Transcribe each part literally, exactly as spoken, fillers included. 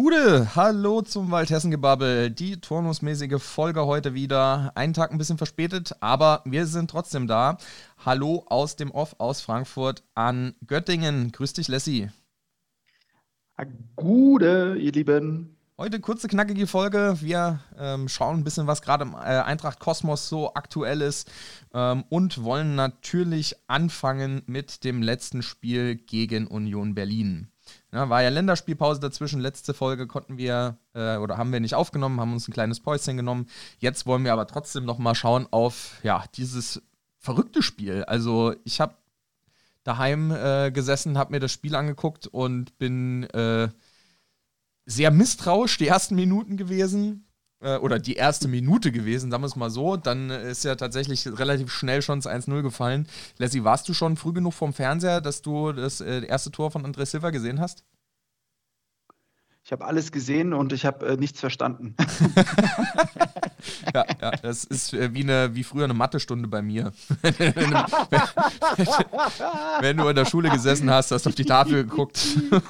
Gude, hallo zum Waldhessen-Gebabbel. Die turnusmäßige Folge heute wieder. Einen Tag ein bisschen verspätet, aber wir sind trotzdem da. Hallo aus dem Off aus Frankfurt an Göttingen. Grüß dich, Lessi. Gude, ihr Lieben. Heute kurze, knackige Folge. Wir ähm, schauen ein bisschen, was gerade im äh, Eintracht Kosmos so aktuell ist ähm, und wollen natürlich anfangen mit dem letzten Spiel gegen Union Berlin. Ja, war ja Länderspielpause dazwischen. Letzte Folge konnten wir äh, oder haben wir nicht aufgenommen, haben uns ein kleines Päuschen genommen. Jetzt wollen wir aber trotzdem noch mal schauen auf ja, dieses verrückte Spiel. Also ich habe daheim äh, gesessen, habe mir das Spiel angeguckt und bin äh, sehr misstrauisch die ersten Minuten gewesen. Äh, oder die erste Minute gewesen, sagen wir es mal so. Dann ist ja tatsächlich relativ schnell schon das eins null gefallen. Leslie, warst du schon früh genug vorm Fernseher, dass du das äh, erste Tor von André Silva gesehen hast? Ich habe alles gesehen und ich habe äh, nichts verstanden. Ja, ja, das ist äh, wie, eine, wie früher eine Mathestunde bei mir. wenn, wenn, wenn du in der Schule gesessen hast, hast du auf die Tafel geguckt.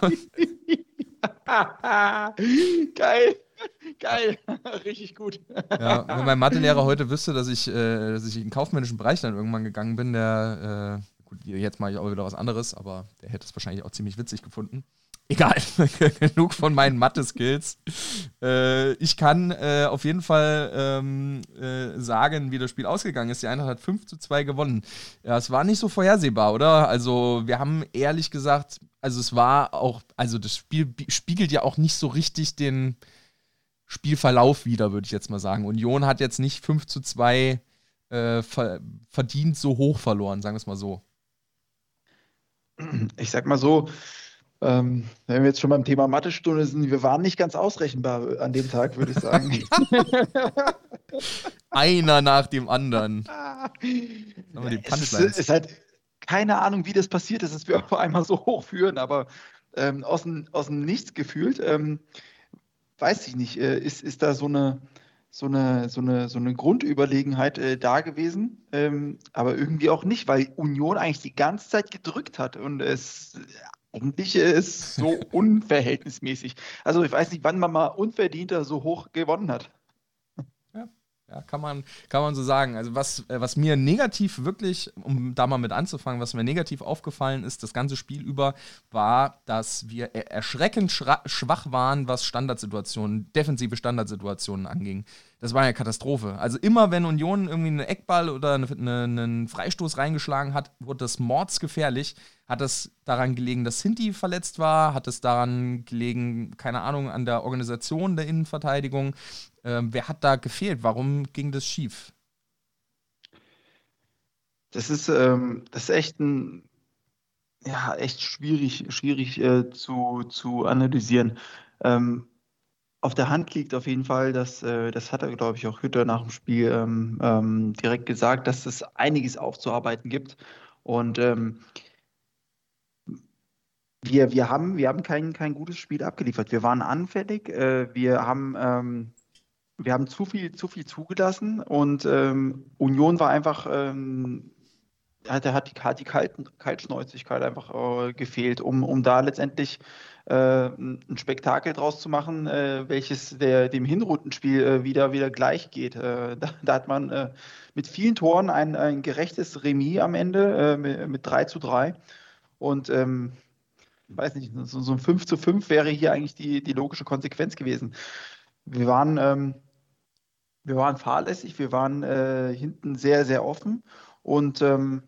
Geil, geil, richtig gut. Ja, wenn mein Mathelehrer heute wüsste, dass ich, äh, dass ich in den kaufmännischen Bereich dann irgendwann gegangen bin, der, äh, gut, jetzt mache ich auch wieder was anderes, aber der hätte es wahrscheinlich auch ziemlich witzig gefunden. Egal, genug von meinen Mathe-Skills. Äh, ich kann äh, auf jeden Fall ähm, äh, sagen, wie das Spiel ausgegangen ist. Die Eintracht hat fünf zu zwei gewonnen. Ja, es war nicht so vorhersehbar, oder? Also wir haben ehrlich gesagt, also es war auch, also das Spiel spiegelt ja auch nicht so richtig den Spielverlauf wider, würde ich jetzt mal sagen. Union hat jetzt nicht fünf zu zwei äh, ver- verdient so hoch verloren, sagen wir es mal so. Ich sag mal so, ähm, wenn wir jetzt schon beim Thema Mathestunde sind, wir waren nicht ganz ausrechenbar an dem Tag, würde ich sagen. Einer nach dem anderen. Haben wir die Es ist, Punchlines. ist halt keine Ahnung, wie das passiert ist, dass wir auf einmal so hoch führen, aber ähm, aus dem, aus dem Nichts gefühlt. Ähm, weiß ich nicht, äh, ist, ist da so eine, so eine, so eine, so eine Grundüberlegenheit äh, da gewesen, ähm, aber irgendwie auch nicht, weil Union eigentlich die ganze Zeit gedrückt hat und es eigentlich äh, ist so unverhältnismäßig. Also ich weiß nicht, wann man mal unverdienter so hoch gewonnen hat. Ja, ja kann, man, kann man so sagen. Also was, äh, was mir negativ wirklich, um da mal mit anzufangen, was mir negativ aufgefallen ist, das ganze Spiel über, war, dass wir er erschreckend schra- schwach waren, was Standardsituationen, defensive Standardsituationen anging. Das war eine Katastrophe. Also immer, wenn Union irgendwie einen Eckball oder eine, eine, einen Freistoß reingeschlagen hat, wurde das mordsgefährlich. Hat es daran gelegen, dass Sinti verletzt war? Hat es daran gelegen, keine Ahnung, an der Organisation der Innenverteidigung? Ähm, wer hat da gefehlt? Warum ging das schief? Das ist, ähm, das ist echt ein, ja, echt schwierig, schwierig äh, zu, zu analysieren. Ähm, Auf der Hand liegt auf jeden Fall, dass, äh, das hat er, glaube ich, auch Hütter nach dem Spiel ähm, ähm, direkt gesagt, dass es einiges aufzuarbeiten gibt. Und ähm, wir, wir haben, wir haben kein, kein gutes Spiel abgeliefert. Wir waren anfällig, äh, wir haben, ähm, wir haben zu viel, zu viel zugelassen und ähm, Union war einfach, ähm, hat, hat die, hat die Kalten, Kaltschnäuzigkeit einfach äh, gefehlt, um, um da letztendlich äh, ein Spektakel draus zu machen, äh, welches der, dem Hinrundenspiel äh, wieder, wieder gleich geht. Äh, da, da hat man äh, mit vielen Toren ein, ein gerechtes Remis am Ende äh, mit, mit drei zu drei. Und ähm, ich weiß nicht, so, so ein fünf zu fünf wäre hier eigentlich die, die logische Konsequenz gewesen. Wir waren, ähm, wir waren fahrlässig, wir waren äh, hinten sehr, sehr offen und ähm,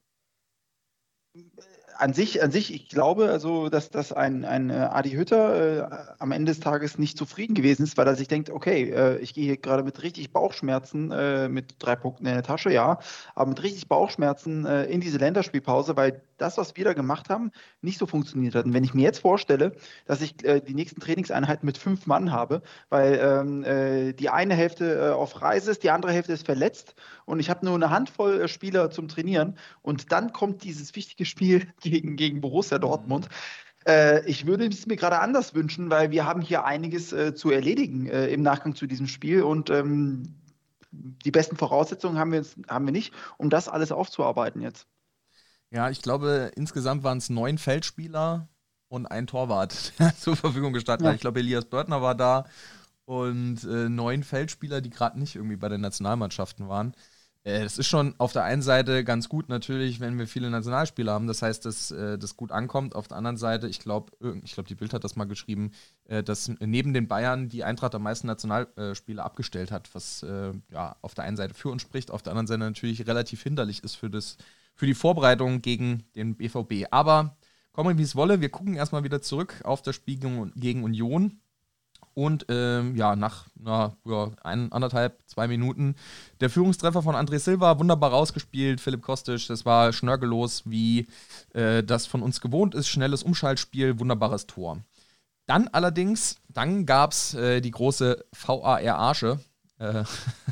An sich, an sich, ich glaube, also, dass, dass ein, ein äh, Adi Hütter äh, am Ende des Tages nicht zufrieden gewesen ist, weil er sich denkt, okay, äh, ich gehe hier gerade mit richtig Bauchschmerzen, äh, mit drei Punkten in der Tasche, ja, aber mit richtig Bauchschmerzen äh, in diese Länderspielpause, weil das, was wir da gemacht haben, nicht so funktioniert hat. Und wenn ich mir jetzt vorstelle, dass ich äh, die nächsten Trainingseinheiten mit fünf Mann habe, weil ähm, äh, die eine Hälfte äh, auf Reise ist, die andere Hälfte ist verletzt und ich habe nur eine Handvoll äh, Spieler zum Trainieren, und dann kommt dieses wichtige Spiel gegen, gegen Borussia Mhm. Dortmund. Äh, ich würde es mir gerade anders wünschen, weil wir haben hier einiges äh, zu erledigen äh, im Nachgang zu diesem Spiel und ähm, die besten Voraussetzungen haben wir, jetzt, haben wir nicht, um das alles aufzuarbeiten jetzt. Ja, ich glaube, insgesamt waren es neun Feldspieler. und ein Torwart zur Verfügung gestanden Ja. hat. Ich glaube, Elias Börtner war da und äh, neun Feldspieler, die gerade nicht irgendwie bei den Nationalmannschaften waren. Äh, das ist schon auf der einen Seite ganz gut natürlich, wenn wir viele Nationalspieler haben. Das heißt, dass äh, das gut ankommt. Auf der anderen Seite, ich glaube, ich glaube, die Bild hat das mal geschrieben, äh, dass neben den Bayern die Eintracht am meisten Nationalspieler abgestellt hat, was äh, ja auf der einen Seite für uns spricht, auf der anderen Seite natürlich relativ hinderlich ist für, das, für die Vorbereitung gegen den B V B. Aber kommen wie es wolle, wir gucken erstmal wieder zurück auf das Spiel gegen, gegen Union. Und ähm, ja, nach na, ja, ein, anderthalb, zwei Minuten der Führungstreffer von André Silva, wunderbar rausgespielt, Philipp Kostic, das war schnörkellos, wie äh, das von uns gewohnt ist, schnelles Umschaltspiel, wunderbares Tor. Dann allerdings, dann gab es äh, die große V A R-Arsche. Äh,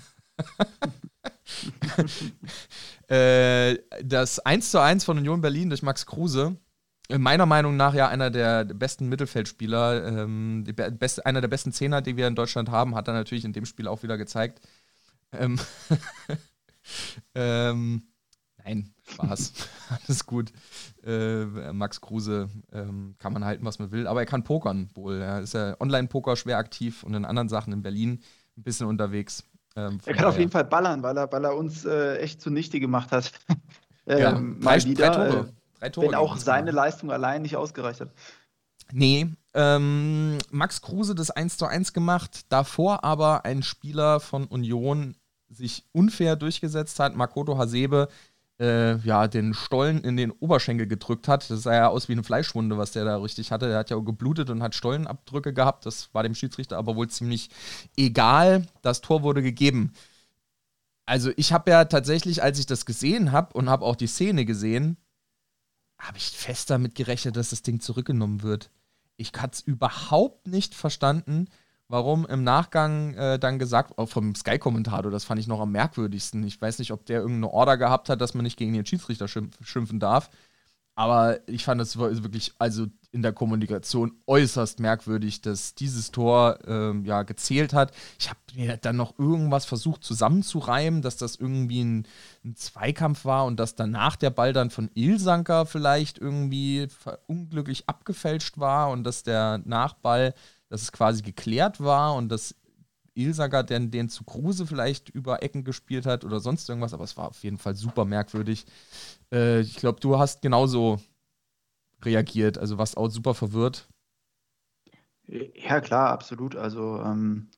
äh, das eins zu eins von Union Berlin durch Max Kruse. Meiner Meinung nach ja einer der besten Mittelfeldspieler, ähm, die beste, einer der besten Zehner, die wir in Deutschland haben, hat er natürlich in dem Spiel auch wieder gezeigt. Ähm, ähm, nein, Spaß, alles gut. Äh, Max Kruse ähm, kann man halten, was man will, aber er kann pokern wohl. Er ist ja Online-Poker schwer aktiv und in anderen Sachen in Berlin ein bisschen unterwegs. Ähm, er kann auf jeden Fall ballern, weil er, weil er uns äh, echt zunichte gemacht hat. ähm, ja, mal drei, wieder. Drei Tore. Äh, Drei Tore Wenn auch seine Leistung allein nicht ausgereicht hat. Nee, ähm, Max Kruse das eins zu eins gemacht, davor aber ein Spieler von Union sich unfair durchgesetzt hat, Makoto Hasebe, äh, ja, den Stollen in den Oberschenkel gedrückt hat. Das sah ja aus wie eine Fleischwunde, was der da richtig hatte. Der hat ja auch geblutet und hat Stollenabdrücke gehabt. Das war dem Schiedsrichter aber wohl ziemlich egal. Das Tor wurde gegeben. Also ich habe ja tatsächlich, als ich das gesehen habe und habe auch die Szene gesehen, habe ich fest damit gerechnet, dass das Ding zurückgenommen wird. Ich hatte es überhaupt nicht verstanden, warum im Nachgang äh, dann gesagt, auch vom Sky-Kommentator, das fand ich noch am merkwürdigsten. Ich weiß nicht, ob der irgendeine Order gehabt hat, dass man nicht gegen den Schiedsrichter schimpf- schimpfen darf. Aber ich fand es wirklich, also in der Kommunikation äußerst merkwürdig, dass dieses Tor ähm, ja gezählt hat. Ich habe mir dann noch irgendwas versucht zusammenzureimen, dass das irgendwie ein, ein Zweikampf war und dass danach der Ball dann von Ilsanker vielleicht irgendwie unglücklich abgefälscht war und dass der Nachball, dass es quasi geklärt war und dass Ilsanker den, den zu Kruse vielleicht über Ecken gespielt hat oder sonst irgendwas, aber es war auf jeden Fall super merkwürdig. Äh, ich glaube, du hast genauso reagiert, also warst auch super verwirrt. Ja, klar, absolut. Also, ähm,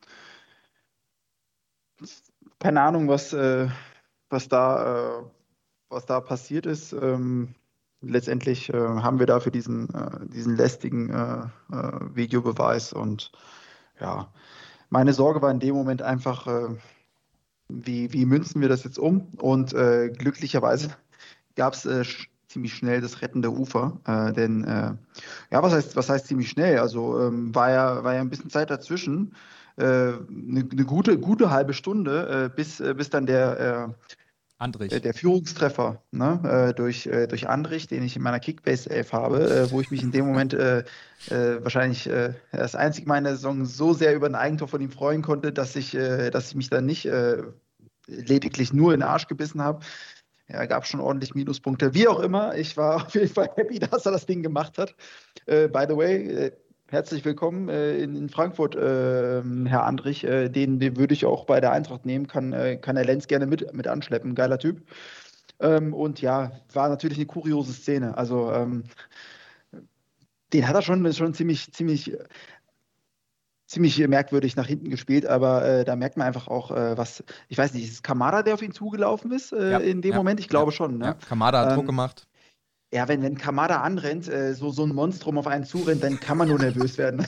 keine Ahnung, was, äh, was da, äh, was da passiert ist. Ähm, letztendlich äh, haben wir dafür diesen, äh, diesen lästigen äh, äh, Videobeweis und ja, meine Sorge war in dem Moment einfach, äh, wie, wie münzen wir das jetzt um? Und äh, glücklicherweise gab es äh, sch- ziemlich schnell das rettende Ufer. Äh, denn, äh, ja, was heißt, was heißt ziemlich schnell? Also ähm, war ja, war ja ein bisschen Zeit dazwischen. Eine äh, ne ne gute, gute halbe Stunde, äh, bis, äh, bis dann der, äh, Andrich. der Führungstreffer ne, äh, durch, äh, durch Andrich, den ich in meiner Kickbase-Elf habe, äh, wo ich mich in dem Moment äh, äh, wahrscheinlich äh, das einzige Mal in der Saison so sehr über ein Eigentor von ihm freuen konnte, dass ich, äh, dass ich mich dann nicht äh, lediglich nur in den Arsch gebissen habe. Ja, gab schon ordentlich Minuspunkte. Wie auch immer, ich war auf jeden Fall happy, dass er das Ding gemacht hat. Äh, by the way, äh, herzlich willkommen äh, in, in Frankfurt, äh, Herr Andrich. Äh, den, den würde ich auch bei der Eintracht nehmen, kann, äh, kann der Lenz gerne mit, mit anschleppen. Geiler Typ. Ähm, und ja, war natürlich eine kuriose Szene. Also, ähm, den hat er schon, schon ziemlich, ziemlich, ziemlich merkwürdig nach hinten gespielt, aber äh, da merkt man einfach auch, äh, was, ich weiß nicht, ist es Kamada, der auf ihn zugelaufen ist äh, Ja, in dem ja, Moment? Ich glaube ja, schon, ne? ja. Kamada hat Ähm, Druck gemacht. Ja, wenn, wenn Kamada anrennt, äh, so, so ein Monstrum auf einen zurennt, dann kann man nur nervös werden.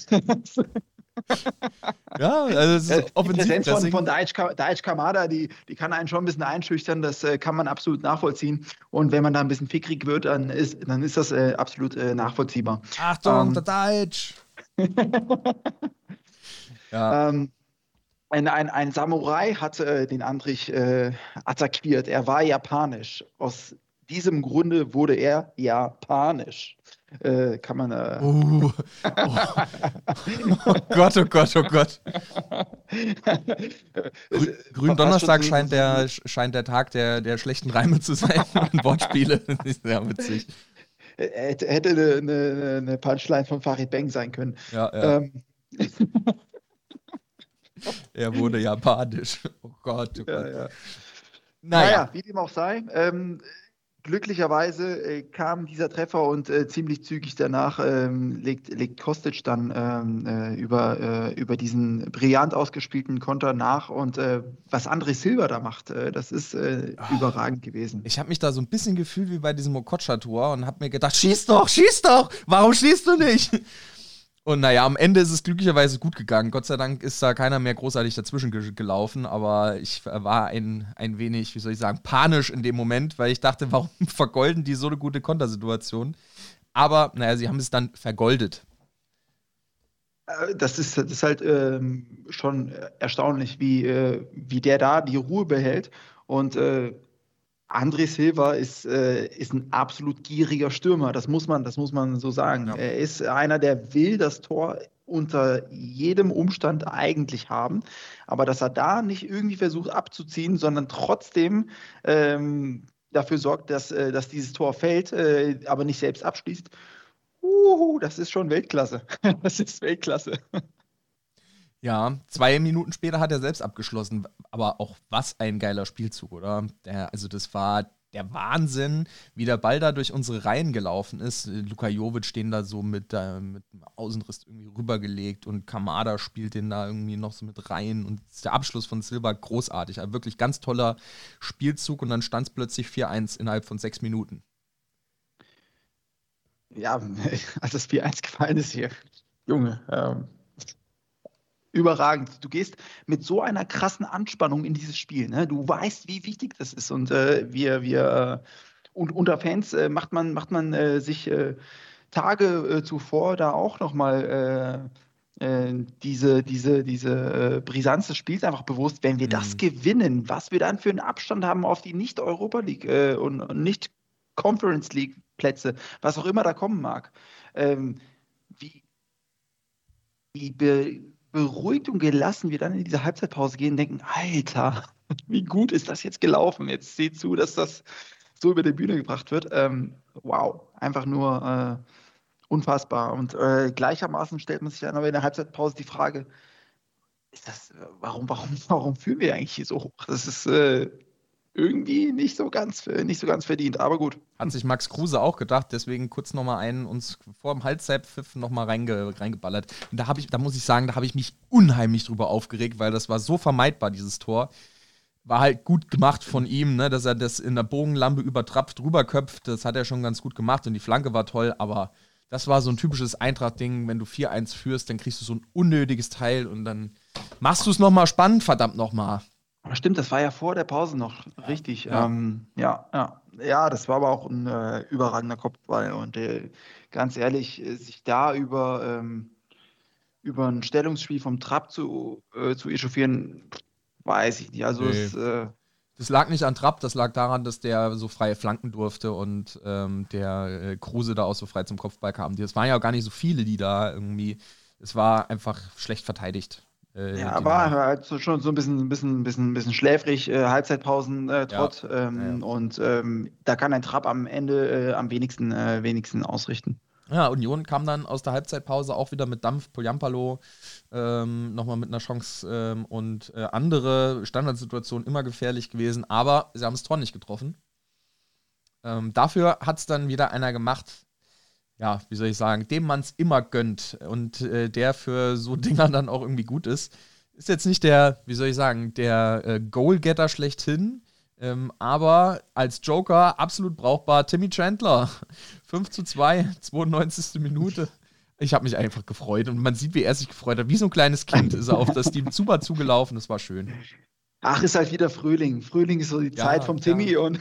Ja, also es Ja, ist die Präsenz von, Offensivpressing. von Daichi Ka- Daichi Kamada, die, die kann einen schon ein bisschen einschüchtern, das äh, kann man absolut nachvollziehen. Und wenn man da ein bisschen fickrig wird, dann ist, dann ist das äh, absolut äh, nachvollziehbar. Achtung, der Ähm, Deutsch! Ja. ähm, ein, ein, ein Samurai hat äh, den Andrich äh, attackiert. Er war japanisch. Aus diesem Grunde wurde er japanisch. Äh, kann man. Äh Oh. Oh. Oh Gott, oh Gott, oh Gott. Grü Gründonnerstag scheint der, scheint der Tag der, der schlechten Reime zu sein und Wortspiele. Das ist sehr witzig. hätte, hätte eine, eine, eine Punchline von Farid Bang sein können. Ja, ja. Ähm, Er wurde japanisch. Oh Gott, oh ja, Gott. ja. Naja. Naja, wie dem auch sei, ähm, glücklicherweise äh, kam dieser Treffer und äh, ziemlich zügig danach ähm, legt, legt Kostic dann ähm, äh, über, äh, über diesen brillant ausgespielten Konter nach und äh, was André Silva da macht, äh, das ist äh, überragend gewesen. Ich habe mich da so ein bisschen gefühlt wie bei diesem Okocha-Tor und habe mir gedacht, schieß doch, schieß doch, warum schießt du nicht? Und naja, am Ende ist es glücklicherweise gut gegangen. Gott sei Dank ist da keiner mehr großartig dazwischen ge- gelaufen, aber ich war ein, ein wenig, wie soll ich sagen, panisch in dem Moment, weil ich dachte, warum vergolden die so eine gute Kontersituation? Aber naja, sie haben es dann vergoldet. Äh, Das ist, das ist halt ähm, schon erstaunlich, wie, äh, wie der da die Ruhe behält. Und äh, André Silva ist, äh, ist ein absolut gieriger Stürmer. Das muss man, das muss man so sagen. Ja. Er ist einer, der will das Tor unter jedem Umstand eigentlich haben. Aber dass er da nicht irgendwie versucht abzuziehen, sondern trotzdem ähm, dafür sorgt, dass, äh, dass dieses Tor fällt, äh, aber nicht selbst abschließt. Uhu, das ist schon Weltklasse. Das ist Weltklasse. Ja, zwei Minuten später hat er selbst abgeschlossen. Aber auch was ein geiler Spielzug, oder? Der, also das war der Wahnsinn, wie der Ball da durch unsere Reihen gelaufen ist. Luka Jovic stehen da so mit, äh, mit dem Außenriss irgendwie rübergelegt und Kamada spielt den da irgendwie noch so mit rein. Und der Abschluss von Silva großartig. Also wirklich ganz toller Spielzug und dann stand es plötzlich vier eins innerhalb von sechs Minuten. Ja, als das vier eins gefallen ist hier. Junge, ähm, überragend. Du gehst mit so einer krassen Anspannung in dieses Spiel. Ne? Du weißt, wie wichtig das ist. Und äh, wir, wir, äh, und unter Fans äh, macht man, macht man äh, sich äh, Tage äh, zuvor da auch nochmal äh, äh, diese, diese, diese äh, Brisanz des Spiels einfach bewusst. Wenn wir das Mhm. gewinnen, was wir dann für einen Abstand haben auf die Nicht-Europa League äh, und, und Nicht-Conference League Plätze, was auch immer da kommen mag. Ähm, wie, wie be beruhigt und gelassen wir dann in diese Halbzeitpause gehen und denken, Alter, wie gut ist das jetzt gelaufen? Jetzt seht zu, dass das so über die Bühne gebracht wird. Ähm, wow, einfach nur äh, unfassbar. Und äh, gleichermaßen stellt man sich dann aber in der Halbzeitpause die Frage, ist das, warum, warum, warum fühlen wir eigentlich hier so hoch? Das ist äh, irgendwie nicht so ganz, nicht so ganz verdient, aber gut. Hat sich Max Kruse auch gedacht, deswegen kurz nochmal einen uns vor dem Halbzeitpfiff nochmal reinge, reingeballert. Und da habe ich, da muss ich sagen, da habe ich mich unheimlich drüber aufgeregt, weil das war so vermeidbar, dieses Tor. War halt gut gemacht von ihm, ne, dass er das in der Bogenlampe über Trapp drüber köpft. Das hat er schon ganz gut gemacht und die Flanke war toll, aber das war so ein typisches Eintracht-Ding. Wenn du vier eins führst, dann kriegst du so ein unnötiges Teil und dann machst du es nochmal spannend, verdammt nochmal. Aber stimmt, das war ja vor der Pause noch richtig. Ja. Ähm, ja, ja. Ja, das war aber auch ein äh, überragender Kopfball. Und äh, ganz ehrlich, äh, sich da über, ähm, über ein Stellungsspiel vom Trapp zu, äh, zu echauffieren, weiß ich nicht. Also Nee. es, äh, Das lag nicht an Trapp, das lag daran, dass der so freie Flanken durfte und ähm, der äh, Kruse da auch so frei zum Kopfball kam. Das waren ja auch gar nicht so viele, die da irgendwie. Es war einfach schlecht verteidigt. Äh, ja, den war da. halt so, schon so ein bisschen, ein bisschen, bisschen, bisschen schläfrig, äh, Halbzeitpausen äh, Ja. trott. Ja. Ähm, und ähm, da kann ein Trapp am Ende äh, am wenigsten, äh, wenigsten ausrichten. Ja, Union kam dann aus der Halbzeitpause auch wieder mit Dampf, Poyampalo ähm, nochmal mit einer Chance ähm, und äh, andere Standardsituationen immer gefährlich gewesen, aber sie haben das Tor nicht getroffen. Ähm, dafür hat es dann wieder einer gemacht, ja, wie soll ich sagen, dem man es immer gönnt und äh, der für so Dinger dann auch irgendwie gut ist. Ist jetzt nicht der, wie soll ich sagen, der äh, Goalgetter schlechthin, ähm, aber als Joker absolut brauchbar. Timmy Chandler, fünf zu zwei, zweiundneunzigste Minute. Ich habe mich einfach gefreut und man sieht, wie er sich gefreut hat. Wie so ein kleines Kind ist er auf das Team Zuba zugelaufen, das war schön. Ach, ist halt wieder Frühling. Frühling ist so die Zeit Ja, vom ja. Timmy und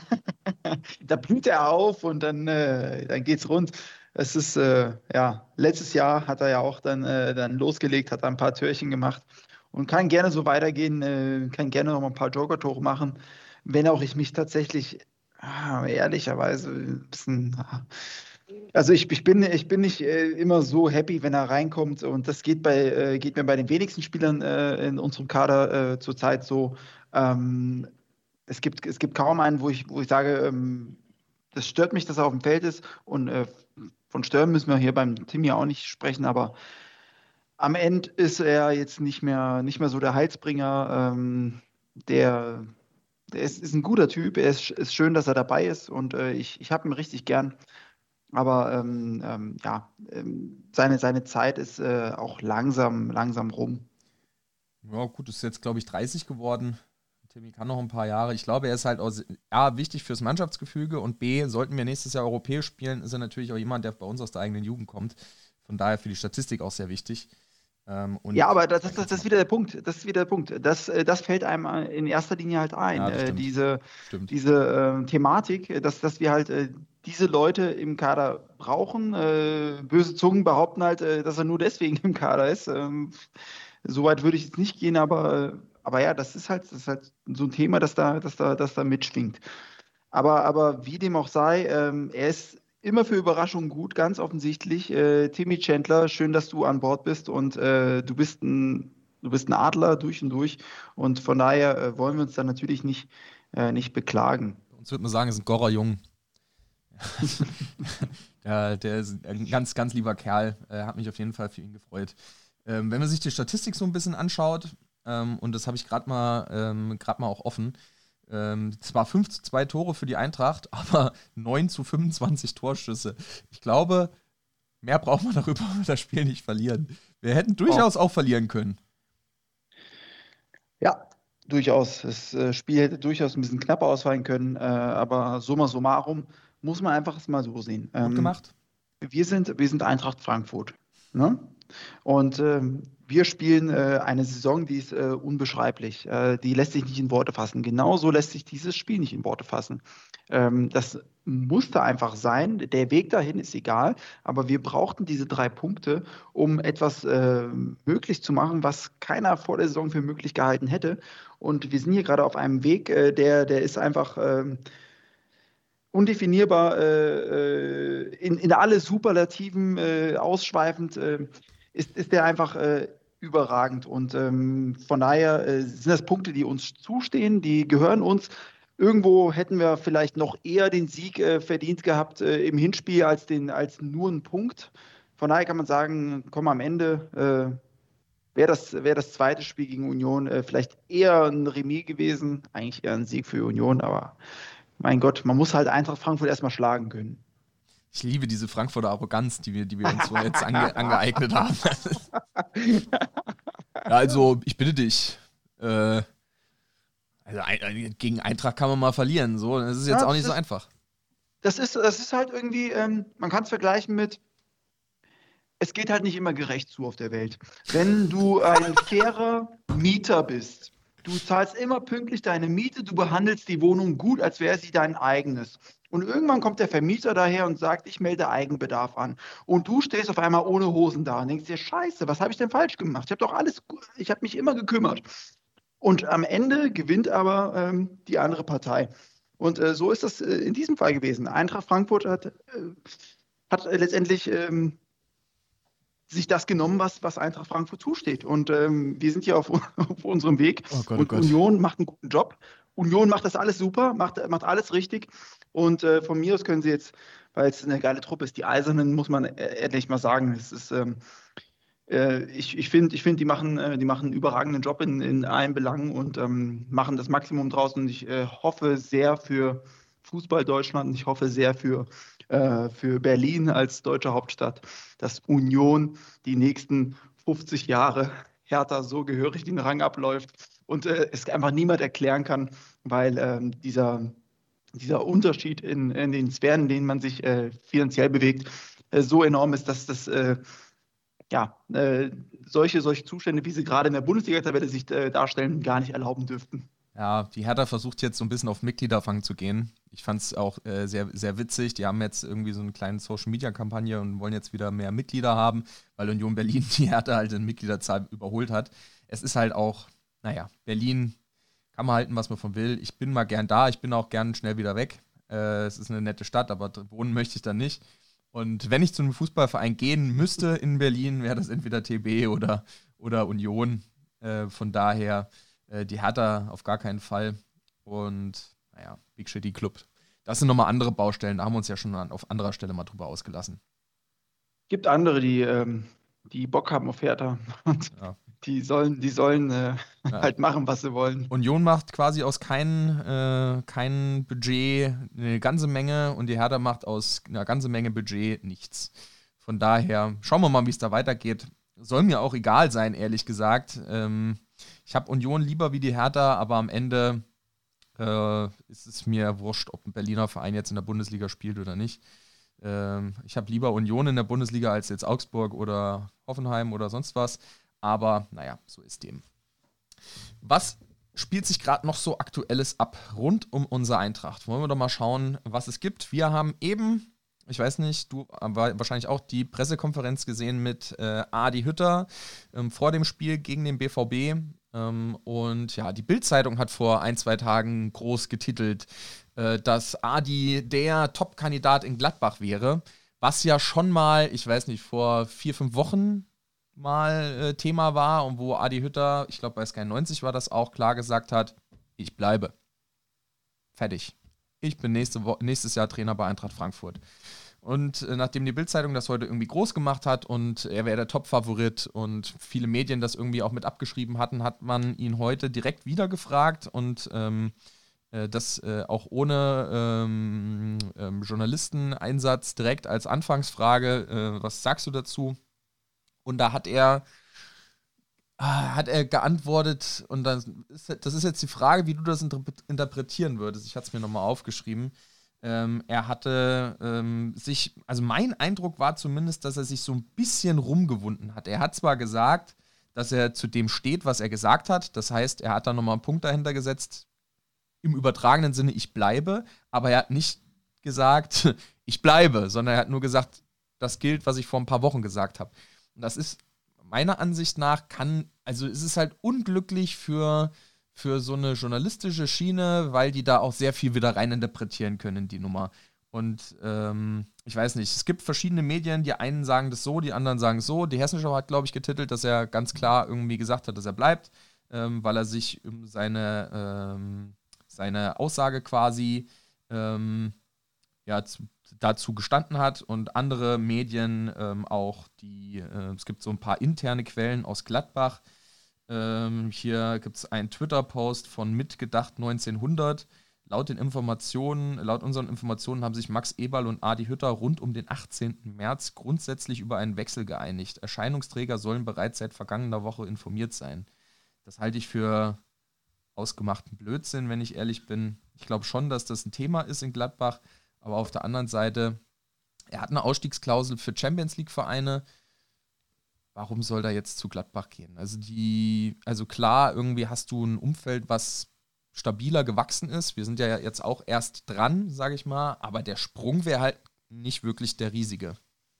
da blüht er auf und dann, äh, dann geht's rund. Es ist, äh, ja, letztes Jahr hat er ja auch dann, äh, dann losgelegt, hat ein paar Türchen gemacht und kann gerne so weitergehen, äh, kann gerne noch mal ein paar Joker-Tore machen, wenn auch ich mich tatsächlich, ah, ehrlicherweise ein bisschen, ah, also ich, ich bin, ich bin nicht äh, immer so happy, wenn er reinkommt und das geht bei, äh, geht mir bei den wenigsten Spielern äh, in unserem Kader äh, zurzeit so. Ähm, es gibt, es gibt kaum einen, wo ich, wo ich sage, ähm, das stört mich, dass er auf dem Feld ist. Und äh, von Stören müssen wir hier beim Tim ja auch nicht sprechen, aber am Ende ist er jetzt nicht mehr, nicht mehr so der Heilsbringer. Ähm, der der ist, ist ein guter Typ. Er ist, ist schön, dass er dabei ist und äh, ich, ich habe ihn richtig gern. Aber ähm, ähm, ja, ähm, seine, seine Zeit ist äh, auch langsam, langsam rum. Ja, gut, ist jetzt, glaube ich, dreißig geworden. Timmy kann noch ein paar Jahre. Ich glaube, er ist halt auch A, wichtig fürs Mannschaftsgefüge und B, sollten wir nächstes Jahr europäisch spielen, ist er natürlich auch jemand, der bei uns aus der eigenen Jugend kommt. Von daher für die Statistik auch sehr wichtig. Ähm, und Ja, aber das, das, da das, geht's das ist noch. wieder der Punkt. Das ist wieder der Punkt. Das, äh, das fällt einem äh, in erster Linie halt ein. Ja, das Äh, stimmt. diese Stimmt. diese äh, Thematik, äh, dass, dass wir halt äh, diese Leute im Kader brauchen. Äh, böse Zungen behaupten halt, äh, dass er nur deswegen im Kader ist. Ähm, Soweit würde ich jetzt nicht gehen, aber, äh, aber ja, das ist halt, das ist halt so ein Thema, das da, das da, das da mitschwingt. Aber, aber wie dem auch sei, ähm, er ist immer für Überraschungen gut, ganz offensichtlich. Äh, Timmy Chandler, schön, dass du an Bord bist und äh, du bist ein, du bist ein Adler durch und durch. Und von daher äh, wollen wir uns dann natürlich nicht, äh, nicht beklagen. Bei uns würde man sagen, ist ein Gorra Jung. der, der ist ein ganz, ganz lieber Kerl. Äh, hat mich auf jeden Fall für ihn gefreut. Ähm, wenn man sich die Statistik so ein bisschen anschaut, ähm, und das habe ich gerade mal, ähm, grad mal auch offen, ähm, zwar fünf zu zwei Tore für die Eintracht, aber neun zu fünfundzwanzig Torschüsse. Ich glaube, mehr braucht man darüber das Spiel nicht verlieren. Wir hätten Oh. durchaus auch verlieren können. Ja, durchaus. Das äh, Spiel hätte durchaus ein bisschen knapper ausfallen können, äh, aber summa summarum muss man einfach es mal so sehen. Gut Ähm, gemacht. wir sind, wir sind Eintracht Frankfurt. Ne? Und ähm, wir spielen äh, eine Saison, die ist äh, unbeschreiblich. Äh, die lässt sich nicht in Worte fassen. Genauso lässt sich dieses Spiel nicht in Worte fassen. Ähm, das musste einfach sein. Der Weg dahin ist egal, aber wir brauchten diese drei Punkte, um etwas äh, möglich zu machen, was keiner vor der Saison für möglich gehalten hätte. Und wir sind hier gerade auf einem Weg, äh, der, der ist einfach ähm, undefinierbar, äh, äh, in, in alle Superlativen äh, ausschweifend, äh, ist, ist der einfach äh, überragend. Und ähm, von daher äh, sind das Punkte, die uns zustehen, die gehören uns. Irgendwo hätten wir vielleicht noch eher den Sieg äh, verdient gehabt äh, im Hinspiel als, den, als nur einen Punkt. Von daher kann man sagen, komm, am Ende äh, wäre das, wär das zweite Spiel gegen Union äh, vielleicht eher ein Remis gewesen, eigentlich eher ein Sieg für Union, aber mein Gott, man muss halt Eintracht Frankfurt erstmal schlagen können. Ich liebe diese Frankfurter Arroganz, die wir, die wir uns so jetzt ange, angeeignet haben. Ja, also, ich bitte dich. Äh, also, ein, gegen Eintracht kann man mal verlieren. So, das ist jetzt Ja, auch das nicht so ist, einfach. das ist, das ist halt irgendwie, ähm, man kann es vergleichen mit, es geht halt nicht immer gerecht zu auf der Welt. Wenn du ein fairer Mieter bist, du zahlst immer pünktlich deine Miete, du behandelst die Wohnung gut, als wäre sie dein eigenes. Und irgendwann kommt der Vermieter daher und sagt, ich melde Eigenbedarf an. Und du stehst auf einmal ohne Hosen da und denkst dir, Scheiße, was habe ich denn falsch gemacht? Ich habe doch alles, ich habe mich immer gekümmert. Und am Ende gewinnt aber ähm, die andere Partei. Und äh, so ist das äh, in diesem Fall gewesen. Eintracht Frankfurt hat, äh, hat äh, letztendlich ähm, sich das genommen, was, was Eintracht Frankfurt zusteht. Und ähm, wir sind hier auf, auf unserem Weg. Oh Gott, oh Und Gott. Union macht einen guten Job. Union macht das alles super, macht, macht alles richtig. Und äh, von mir aus können sie jetzt, weil es eine geile Truppe ist, die Eisernen, muss man e- ehrlich mal sagen, es ist, ähm, äh, ich ich finde, ich find, die, machen, äh, die machen einen überragenden Job in, in allen Belangen und ähm, machen das Maximum draus. Und ich äh, hoffe sehr für Fußball Deutschland. Ich hoffe sehr für, äh, für Berlin als deutsche Hauptstadt, dass Union die nächsten fünfzig Jahre Hertha so gehörig den Rang abläuft und äh, es einfach niemand erklären kann, weil ähm, dieser, dieser Unterschied in, in den Sphären, in denen man sich äh, finanziell bewegt, äh, so enorm ist, dass das äh, ja, äh, solche, solche Zustände, wie sie gerade in der Bundesliga-Tabelle sich äh, darstellen, gar nicht erlauben dürften. Ja, die Hertha versucht jetzt so ein bisschen auf Mitgliederfang zu gehen. Ich fand es auch äh, sehr, sehr witzig. Die haben jetzt irgendwie so eine kleine Social-Media-Kampagne und wollen jetzt wieder mehr Mitglieder haben, weil Union Berlin die Hertha halt in Mitgliederzahl überholt hat. Es ist halt auch, naja, Berlin kann man halten, was man von will. Ich bin mal gern da, ich bin auch gern schnell wieder weg. Äh, es ist eine nette Stadt, aber wohnen möchte ich da nicht. Und wenn ich zu einem Fußballverein gehen müsste in Berlin, wäre das entweder T B oder, oder Union. Äh, von daher äh, die Hertha auf gar keinen Fall. Und naja, Big Shitty Club. das sind nochmal andere Baustellen, da haben wir uns ja schon an, auf anderer Stelle mal drüber ausgelassen. Gibt andere, die, ähm, die Bock haben auf Hertha und Ja. die sollen, die sollen äh, Ja. halt machen, was sie wollen. Union macht quasi aus keinem äh, kein Budget eine ganze Menge und die Hertha macht aus einer ganzen Menge Budget nichts. Von daher schauen wir mal, wie es da weitergeht. Soll mir auch egal sein, ehrlich gesagt. Ähm, ich habe Union lieber wie die Hertha, aber am Ende äh, ist es mir wurscht, ob ein Berliner Verein jetzt in der Bundesliga spielt oder nicht. Ähm, ich habe lieber Union in der Bundesliga als jetzt Augsburg oder Hoffenheim oder sonst was. Aber naja, so ist dem. Was spielt sich gerade noch so Aktuelles ab rund um unsere Eintracht? Wollen wir doch mal schauen, was es gibt. Wir haben eben, ich weiß nicht, du aber wahrscheinlich auch die Pressekonferenz gesehen mit äh, Adi Hütter ähm, vor dem Spiel gegen den B V B. Ähm, und ja, die Bild-Zeitung hat vor ein, zwei Tagen groß getitelt, äh, dass Adi der Top-Kandidat in Gladbach wäre. Was ja schon mal, ich weiß nicht, vor vier, fünf Wochen mal äh, Thema war und wo Adi Hütter, ich glaube bei Sky neunzig war das auch, klar gesagt hat, ich bleibe. Fertig. Ich bin nächste Wo- nächstes Jahr Trainer bei Eintracht Frankfurt. Und äh, nachdem die Bild-Zeitung das heute irgendwie groß gemacht hat und er wäre der Top-Favorit und viele Medien das irgendwie auch mit abgeschrieben hatten, hat man ihn heute direkt wieder gefragt und ähm, äh, das äh, auch ohne ähm, ähm, Journalisteneinsatz direkt als Anfangsfrage, äh, was sagst du dazu? Und da hat er, ah, hat er geantwortet, und das ist, das ist jetzt die Frage, wie du das interpre- interpretieren würdest. Ich hatte es mir nochmal aufgeschrieben. Ähm, er hatte ähm, sich, also mein Eindruck war zumindest, dass er sich so ein bisschen rumgewunden hat. Er hat zwar gesagt, dass er zu dem steht, was er gesagt hat. Das heißt, er hat da nochmal einen Punkt dahinter gesetzt, im übertragenen Sinne, ich bleibe, aber er hat nicht gesagt, ich bleibe, sondern er hat nur gesagt, das gilt, was ich vor ein paar Wochen gesagt habe. Und das ist meiner Ansicht nach, kann, also es ist halt unglücklich für, für so eine journalistische Schiene, weil die da auch sehr viel wieder reininterpretieren können in die Nummer. Und ähm, ich weiß nicht, es gibt verschiedene Medien, die einen sagen das so, die anderen sagen es so. Die Hessenschau hat, glaube ich, getitelt, dass er ganz klar irgendwie gesagt hat, dass er bleibt, ähm, weil er sich um seine, ähm, seine Aussage quasi ähm, ja, zu, dazu gestanden hat, und andere Medien ähm, auch, die, äh, es gibt so ein paar interne Quellen aus Gladbach. Ähm, hier gibt es einen Twitter-Post von Mitgedacht neunzehnhundert. Laut den Informationen, laut unseren Informationen haben sich Max Eberl und Adi Hütter rund um den achtzehnten März grundsätzlich über einen Wechsel geeinigt. Erscheinungsträger sollen bereits seit vergangener Woche informiert sein. Das halte ich für ausgemachten Blödsinn, wenn ich ehrlich bin. Ich glaube schon, dass das ein Thema ist in Gladbach, aber auf der anderen Seite, er hat eine Ausstiegsklausel für Champions-League-Vereine. Warum soll er jetzt zu Gladbach gehen? Also die, also klar, irgendwie hast du ein Umfeld, was stabiler gewachsen ist. Wir sind ja jetzt auch erst dran, sage ich mal, aber der Sprung wäre halt nicht wirklich der riesige.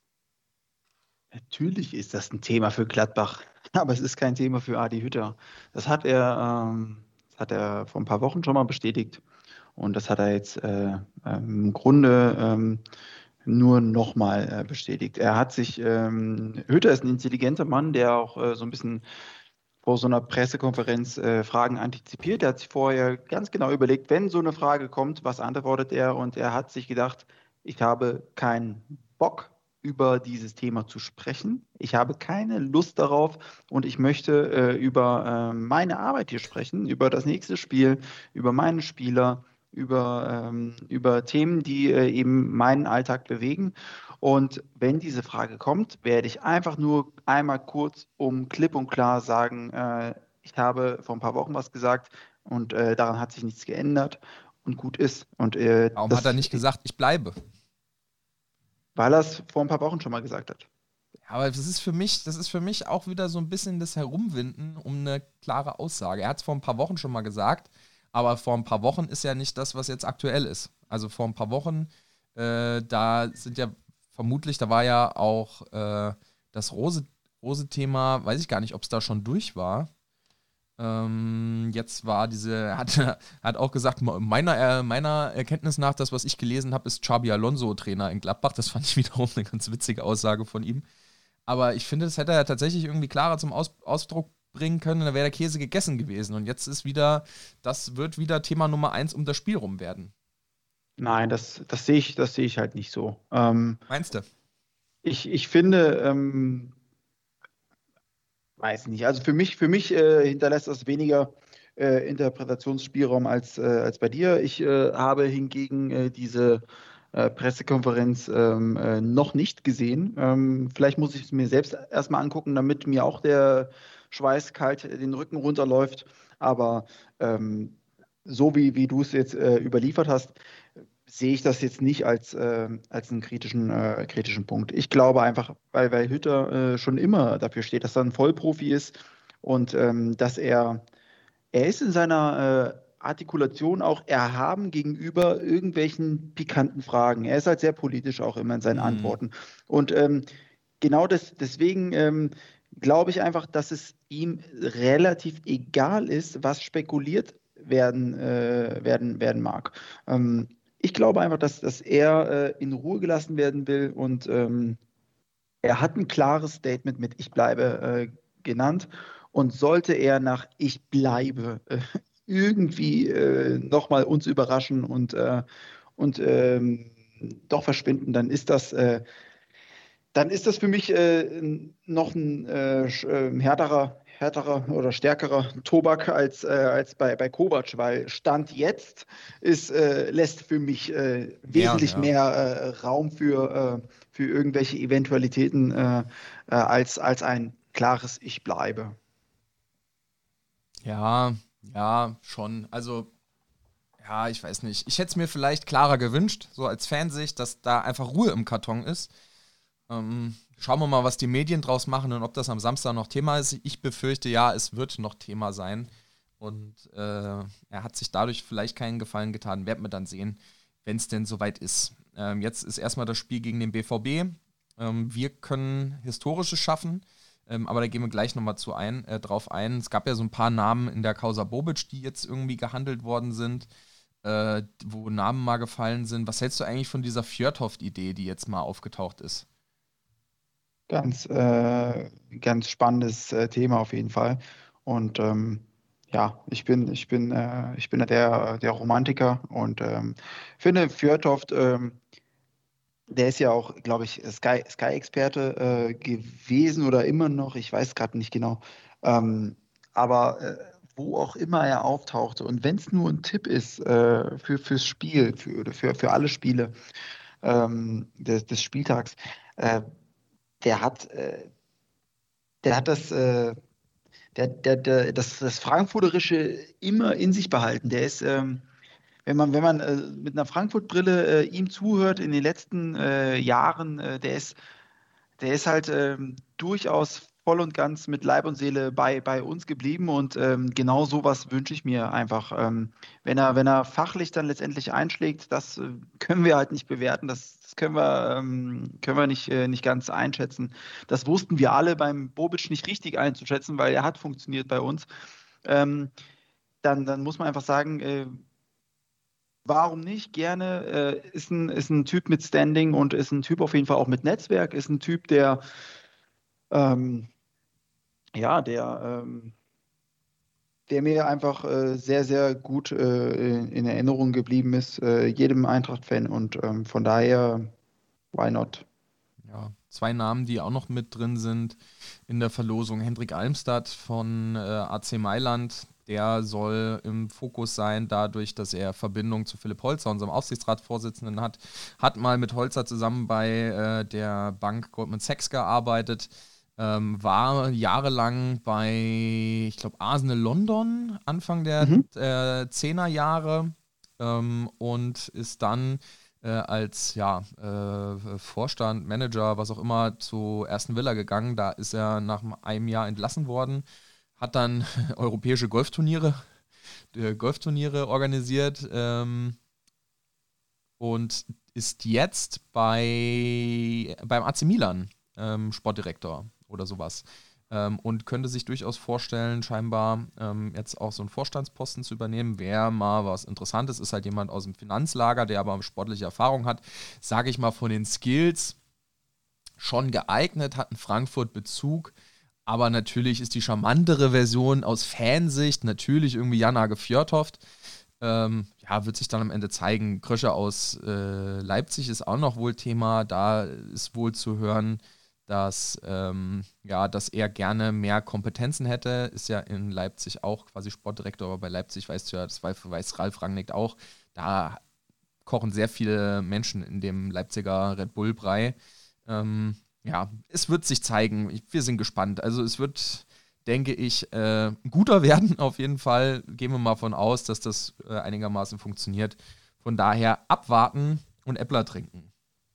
Natürlich ist das ein Thema für Gladbach, aber es ist kein Thema für Adi Hütter. Das hat er, ähm, das hat er vor ein paar Wochen schon mal bestätigt, und das hat er jetzt äh, ähm, im Grunde ähm, nur nochmal äh, bestätigt. Er hat sich, ähm, Hütter ist ein intelligenter Mann, der auch äh, so ein bisschen vor so einer Pressekonferenz äh, Fragen antizipiert. Er hat sich vorher ganz genau überlegt, wenn so eine Frage kommt, was antwortet er? Und er hat sich gedacht, ich habe keinen Bock, über dieses Thema zu sprechen. Ich habe keine Lust darauf, und ich möchte äh, über äh, meine Arbeit hier sprechen, über das nächste Spiel, über meine Spieler, über, ähm, über Themen, die äh, eben meinen Alltag bewegen. Und wenn diese Frage kommt, werde ich einfach nur einmal kurz um klipp und klar sagen, äh, ich habe vor ein paar Wochen was gesagt, und äh, daran hat sich nichts geändert und gut ist. Und äh, Warum hat er das, nicht gesagt, ich bleibe? weil er es vor ein paar Wochen schon mal gesagt hat. Aber das ist für mich, das ist für mich auch wieder so ein bisschen das Herumwinden um eine klare Aussage. Er hat es vor ein paar Wochen schon mal gesagt, aber vor ein paar Wochen ist ja nicht das, was jetzt aktuell ist. Also vor ein paar Wochen, äh, da sind ja vermutlich, da war ja auch äh, das Rose, Rose-Thema, weiß ich gar nicht, ob es da schon durch war. Ähm, jetzt war diese, er hat, er hat auch gesagt, meiner, äh, meiner Erkenntnis nach, das, was ich gelesen habe, ist Xabi Alonso Trainer in Gladbach. Das fand ich wiederum eine ganz witzige Aussage von ihm. Aber ich finde, das hätte er tatsächlich irgendwie klarer zum Aus, Ausdruck bringen können, dann wäre der Käse gegessen gewesen. Und jetzt ist wieder, das wird wieder Thema Nummer eins um das Spiel rum werden. Nein, das, das sehe ich, das sehe ich halt nicht so. Ähm, Meinst du? ich, ich finde, ähm, weiß nicht, also für mich, für mich äh, hinterlässt das weniger äh, Interpretationsspielraum als, äh, als bei dir. Ich äh, habe hingegen äh, diese äh, Pressekonferenz ähm, äh, noch nicht gesehen. Ähm, vielleicht muss ich es mir selbst erstmal angucken, damit mir auch der Schweiß kalt den Rücken runterläuft. Aber ähm, so wie, wie du es jetzt äh, überliefert hast, sehe ich das jetzt nicht als, äh, als einen kritischen, äh, kritischen Punkt. Ich glaube einfach, weil, weil Hütter äh, schon immer dafür steht, dass er ein Vollprofi ist und ähm, dass er, er ist in seiner äh, Artikulation auch erhaben gegenüber irgendwelchen pikanten Fragen. Er ist halt sehr politisch auch immer in seinen Hm. Antworten. Und ähm, genau das, deswegen ähm, glaube ich einfach, dass es ihm relativ egal ist, was spekuliert werden, äh, werden, werden mag. Ähm, ich glaube einfach, dass, dass er äh, in Ruhe gelassen werden will und ähm, er hat ein klares Statement mit Ich bleibe äh, genannt und sollte er nach Ich bleibe äh, irgendwie äh, nochmal uns überraschen und, äh, und ähm, doch verschwinden, dann ist das äh, dann ist das für mich äh, noch ein äh, sch- äh, härterer, härterer oder stärkerer Tobak als, äh, als bei, bei Kovac, weil Stand jetzt ist, äh, lässt für mich äh, Mehr, wesentlich ja. mehr äh, Raum für, äh, für irgendwelche Eventualitäten äh, äh, als, als ein klares Ich bleibe. Ja, ja, schon. Also, ja, ich weiß nicht. Ich hätte es mir vielleicht klarer gewünscht, so als Fansicht, dass da einfach Ruhe im Karton ist. Ähm, schauen wir mal, was die Medien draus machen und ob das am Samstag noch Thema ist. Ich befürchte, ja, es wird noch Thema sein. Und äh, er hat sich dadurch vielleicht keinen Gefallen getan. Werden wir dann sehen, wenn es denn soweit ist. Ähm, jetzt ist erstmal das Spiel gegen den B V B. Ähm, wir können Historisches schaffen, ähm, aber da gehen wir gleich nochmal zu ein, äh, drauf ein. Es gab ja so ein paar Namen in der Causa Bobic, die jetzt irgendwie gehandelt worden sind, äh, wo Namen mal gefallen sind. Was hältst du eigentlich von dieser Fjordhoft-Idee, die jetzt mal aufgetaucht ist? Ganz, äh, ganz spannendes äh, Thema auf jeden Fall. Und ähm, ja, ich bin, ich bin, äh, ich bin ja der, der Romantiker und ähm, finde Fjørtoft, ähm, der ist ja auch, glaube ich, Sky, Sky-Experte äh, gewesen oder immer noch, ich weiß gerade nicht genau. Ähm, aber äh, wo auch immer er auftauchte und wenn es nur ein Tipp ist äh, für, fürs Spiel, für, oder für, für alle Spiele ähm, des, des Spieltags, äh, der hat, äh, der hat das, äh, der, der, der, das, das Frankfurterische immer in sich behalten. Der ist, ähm, wenn man, wenn man äh, mit einer Frankfurt-Brille äh, ihm zuhört in den letzten äh, Jahren, äh, der ist, der ist halt ähm, durchaus voll und ganz mit Leib und Seele bei, bei uns geblieben und ähm, genau sowas wünsche ich mir einfach. Ähm, wenn er, wenn er fachlich dann letztendlich einschlägt, das äh, können wir halt nicht bewerten, das, das können wir, ähm, können wir nicht, äh, nicht ganz einschätzen. Das wussten wir alle beim Bobic nicht richtig einzuschätzen, weil er hat funktioniert bei uns. Ähm, dann, dann muss man einfach sagen, äh, warum nicht? Gerne. Äh, ist ein, ist ein Typ mit Standing und ist ein Typ auf jeden Fall auch mit Netzwerk, ist ein Typ, der ähm, ja, der, ähm, der mir einfach äh, sehr, sehr gut äh, in, in Erinnerung geblieben ist, äh, jedem Eintracht-Fan und ähm, von daher, why not? Ja, zwei Namen, die auch noch mit drin sind in der Verlosung. Hendrik Almstadt von äh, A C Mailand, der soll im Fokus sein, dadurch, dass er Verbindung zu Philipp Holzer, unserem Aufsichtsratsvorsitzenden, hat. Hat mal mit Holzer zusammen bei äh, der Bank Goldman Sachs gearbeitet, ähm, war jahrelang bei, ich glaube, Arsenal London, Anfang der Mhm. äh, zehner Jahre ähm, und ist dann äh, als ja, äh, Vorstand, Manager, was auch immer, zu Aston Villa gegangen. Da ist er nach einem Jahr entlassen worden, hat dann europäische Golfturniere, äh, Golfturniere organisiert ähm, und ist jetzt bei, beim A C Milan ähm, Sportdirektor oder sowas. Ähm, und könnte sich durchaus vorstellen, scheinbar ähm, jetzt auch so einen Vorstandsposten zu übernehmen. Wäre mal was Interessantes, ist halt jemand aus dem Finanzlager, der aber sportliche Erfahrung hat, sage ich mal von den Skills schon geeignet, hat einen Frankfurt-Bezug, aber natürlich ist die charmantere Version aus Fansicht natürlich irgendwie Jan-Age Fjørtoft. Ähm, ja, wird sich dann am Ende zeigen. Krösche aus äh, Leipzig ist auch noch wohl Thema. Da ist wohl zu hören, dass, ähm, ja, dass er gerne mehr Kompetenzen hätte. Ist ja in Leipzig auch quasi Sportdirektor, aber bei Leipzig weißt du ja, das weiß Ralf Rangnick auch, da kochen sehr viele Menschen in dem Leipziger Red Bull-Brei. Ähm, ja, es wird sich zeigen. Wir sind gespannt. Also es wird, denke ich, äh, guter werden auf jeden Fall. Gehen wir mal von aus, dass das äh, einigermaßen funktioniert. Von daher abwarten und Äppler trinken.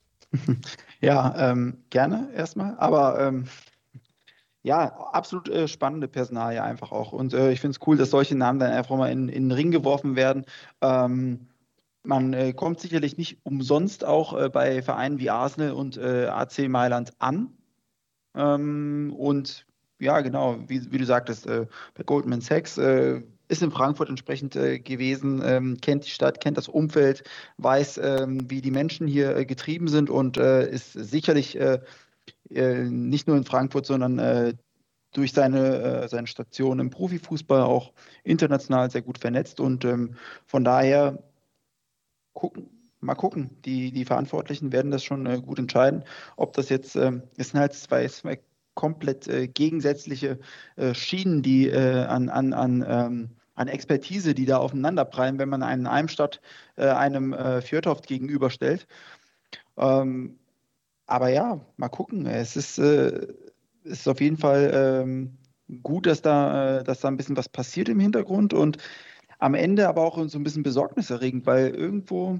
Ja, ähm, gerne erstmal, aber ähm, ja, absolut äh, spannende Personalie einfach auch. Und äh, ich finde es cool, dass solche Namen dann einfach mal in, in den Ring geworfen werden. Ähm, man äh, kommt sicherlich nicht umsonst auch äh, bei Vereinen wie Arsenal und äh, A C Mailand an. Ähm, und ja, genau, wie, wie du sagtest, äh, bei Goldman Sachs äh, ist in Frankfurt entsprechend äh, gewesen, ähm, kennt die Stadt, kennt das Umfeld, weiß, ähm, wie die Menschen hier äh, getrieben sind und äh, ist sicherlich äh, äh, nicht nur in Frankfurt, sondern äh, durch seine, äh, seine Station im Profifußball auch international sehr gut vernetzt. Und ähm, von daher gucken, mal gucken. Die, die Verantwortlichen werden das schon äh, gut entscheiden. Ob das jetzt, ähm, es sind halt zwei, zwei komplett äh, gegensätzliche äh, Schienen, die äh, an, an, an, ähm, an Expertise, die da aufeinanderprallen, wenn man einen Almstadt äh, einem äh, Fjordhoft gegenüberstellt. Ähm, aber ja, mal gucken. Es ist, äh, es ist auf jeden Fall ähm, gut, dass da, äh, dass da ein bisschen was passiert im Hintergrund und am Ende aber auch so ein bisschen besorgniserregend, weil irgendwo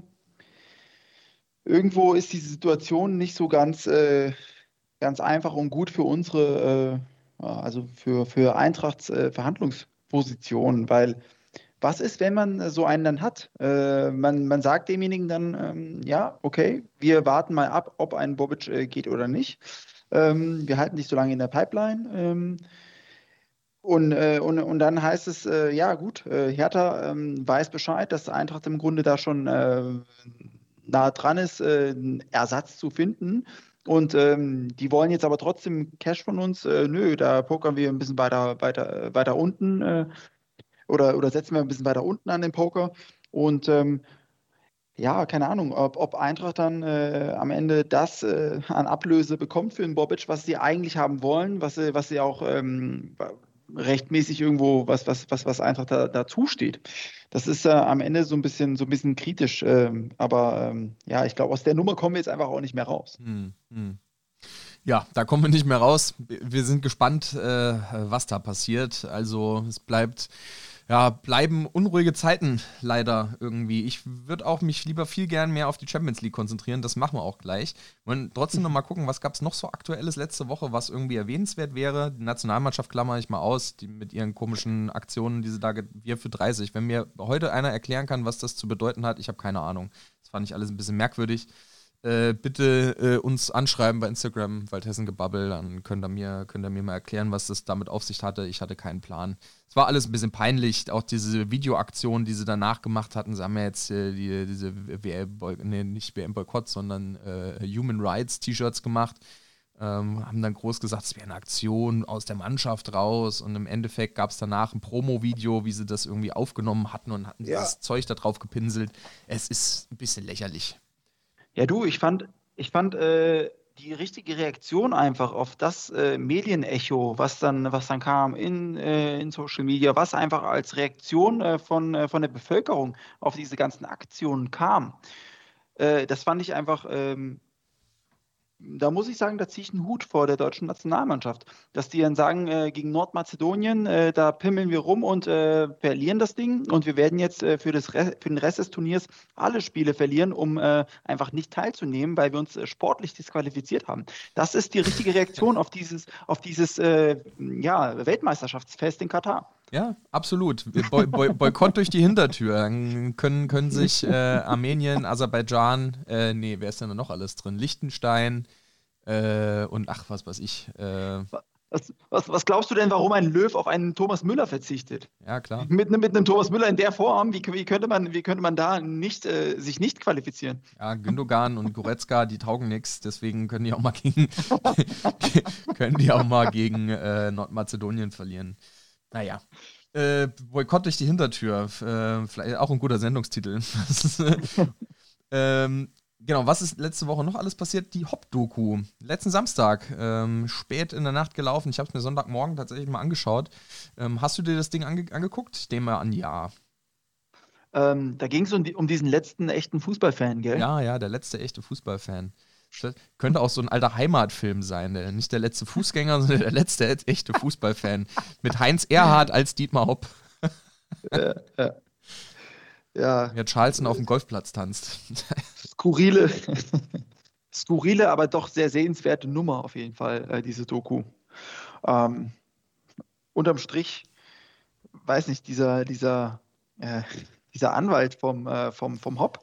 irgendwo ist diese Situation nicht so ganz, äh, ganz einfach und gut für unsere, äh, ja, also für, für Eintrachts äh, Verhandlungsposition, weil was ist, wenn man so einen dann hat? Äh, man, man sagt demjenigen dann, ähm, ja, okay, wir warten mal ab, ob ein Bobic äh, geht oder nicht. Ähm, wir halten dich so lange in der Pipeline. Ähm, und, äh, und, und dann heißt es, äh, ja gut, äh, Hertha ähm, weiß Bescheid, dass Eintracht im Grunde da schon äh, nah dran ist, äh, einen Ersatz zu finden. Und ähm, die wollen jetzt aber trotzdem Cash von uns. Äh, nö, da pokern wir ein bisschen weiter, weiter, weiter unten äh, oder, oder setzen wir ein bisschen weiter unten an den Poker. Und ähm, ja, keine Ahnung, ob, ob Eintracht dann äh, am Ende das äh, an Ablöse bekommt für den Bobic, was sie eigentlich haben wollen, was sie, was sie auch ähm, rechtmäßig irgendwo, was, was, was, was Eintracht da, da zusteht. Das ist äh, am Ende so ein bisschen, so ein bisschen kritisch. Ähm, aber ähm, ja, ich glaube, aus der Nummer kommen wir jetzt einfach auch nicht mehr raus. Hm, hm. Ja, da kommen wir nicht mehr raus. Wir sind gespannt, äh, was da passiert. Also es bleibt, ja, bleiben unruhige Zeiten leider irgendwie. Ich würde auch mich lieber viel gern mehr auf die Champions League konzentrieren. Das machen wir auch gleich. Und trotzdem noch mal gucken, was gab es noch so Aktuelles letzte Woche, was irgendwie erwähnenswert wäre. Die Nationalmannschaft klammere ich mal aus, die mit ihren komischen Aktionen, die sie da, wir für dreißig. Wenn mir heute einer erklären kann, was das zu bedeuten hat, ich habe keine Ahnung. Das fand ich alles ein bisschen merkwürdig. Äh, bitte äh, uns anschreiben bei Instagram, Waldhessen-Gebabbel, dann könnt ihr, mir, könnt ihr mir mal erklären, was das damit auf sich hatte. Ich hatte keinen Plan. Es war alles ein bisschen peinlich, auch diese Videoaktion, die sie danach gemacht hatten. Sie haben ja jetzt äh, die, diese W M-Boykott, nee, nicht W M-Boykott, sondern äh, Human Rights T-Shirts gemacht. Ähm, haben dann groß gesagt, es wäre eine Aktion aus der Mannschaft raus und im Endeffekt gab es danach ein Promo-Video, wie sie das irgendwie aufgenommen hatten und hatten Ja. dieses Zeug da drauf gepinselt. Es ist ein bisschen lächerlich. Ja, du, ich fand, ich fand äh, die richtige Reaktion einfach auf das äh, Medienecho, was dann, was dann kam in, äh, in Social Media, was einfach als Reaktion äh, von, äh, von der Bevölkerung auf diese ganzen Aktionen kam. Äh, das fand ich einfach, ähm, da muss ich sagen, da ziehe ich einen Hut vor der deutschen Nationalmannschaft. Dass die dann sagen, äh, gegen Nordmazedonien, äh, da pimmeln wir rum und äh, verlieren das Ding. Und wir werden jetzt äh, für, das Re für den Rest des Turniers alle Spiele verlieren, um äh, einfach nicht teilzunehmen, weil wir uns äh, sportlich disqualifiziert haben. Das ist die richtige Reaktion auf dieses, auf dieses äh, ja, Weltmeisterschaftsfest in Katar. Ja, absolut. Boy Boy Boykott durch die Hintertür. Dann können, können sich äh, Armenien, Aserbaidschan, äh, nee, wer ist denn da noch alles drin? Liechtenstein äh, und ach, was weiß ich. Äh, Was, was, was glaubst du denn, warum ein Löw auf einen Thomas Müller verzichtet? ja, klar. Mit, mit einem Thomas Müller in der Form, wie, wie, könnte, man, wie könnte man da nicht, äh, sich nicht qualifizieren? Ja, Gündogan und Goretzka, die taugen nichts, deswegen können die auch mal gegen, können die auch mal gegen äh, Nordmazedonien verlieren. Naja. Äh, Boykott durch die Hintertür. Äh, vielleicht auch ein guter Sendungstitel. ähm, genau, was ist letzte Woche noch alles passiert? Die Hop-Doku. Letzten Samstag, ähm, spät in der Nacht gelaufen. Ich habe es mir Sonntagmorgen tatsächlich mal angeschaut. Ähm, hast du dir das Ding ange- angeguckt? Ich nehme mal an, ja. Ähm, da ging es um, die, um diesen letzten echten Fußballfan, gell? Ja, ja, der letzte echte Fußballfan. Das könnte auch so ein alter Heimatfilm sein. Der, nicht der letzte Fußgänger, sondern der letzte echte Fußballfan. Mit Heinz Erhardt als Dietmar Hopp. Ja, ja. Ja, Ja, Charleston auf dem Golfplatz tanzt. skurrile, skurrile, aber doch sehr sehenswerte Nummer auf jeden Fall, äh, diese Doku. Ähm, unterm Strich, weiß nicht, dieser, dieser, äh, dieser Anwalt vom, äh, vom, vom Hopp,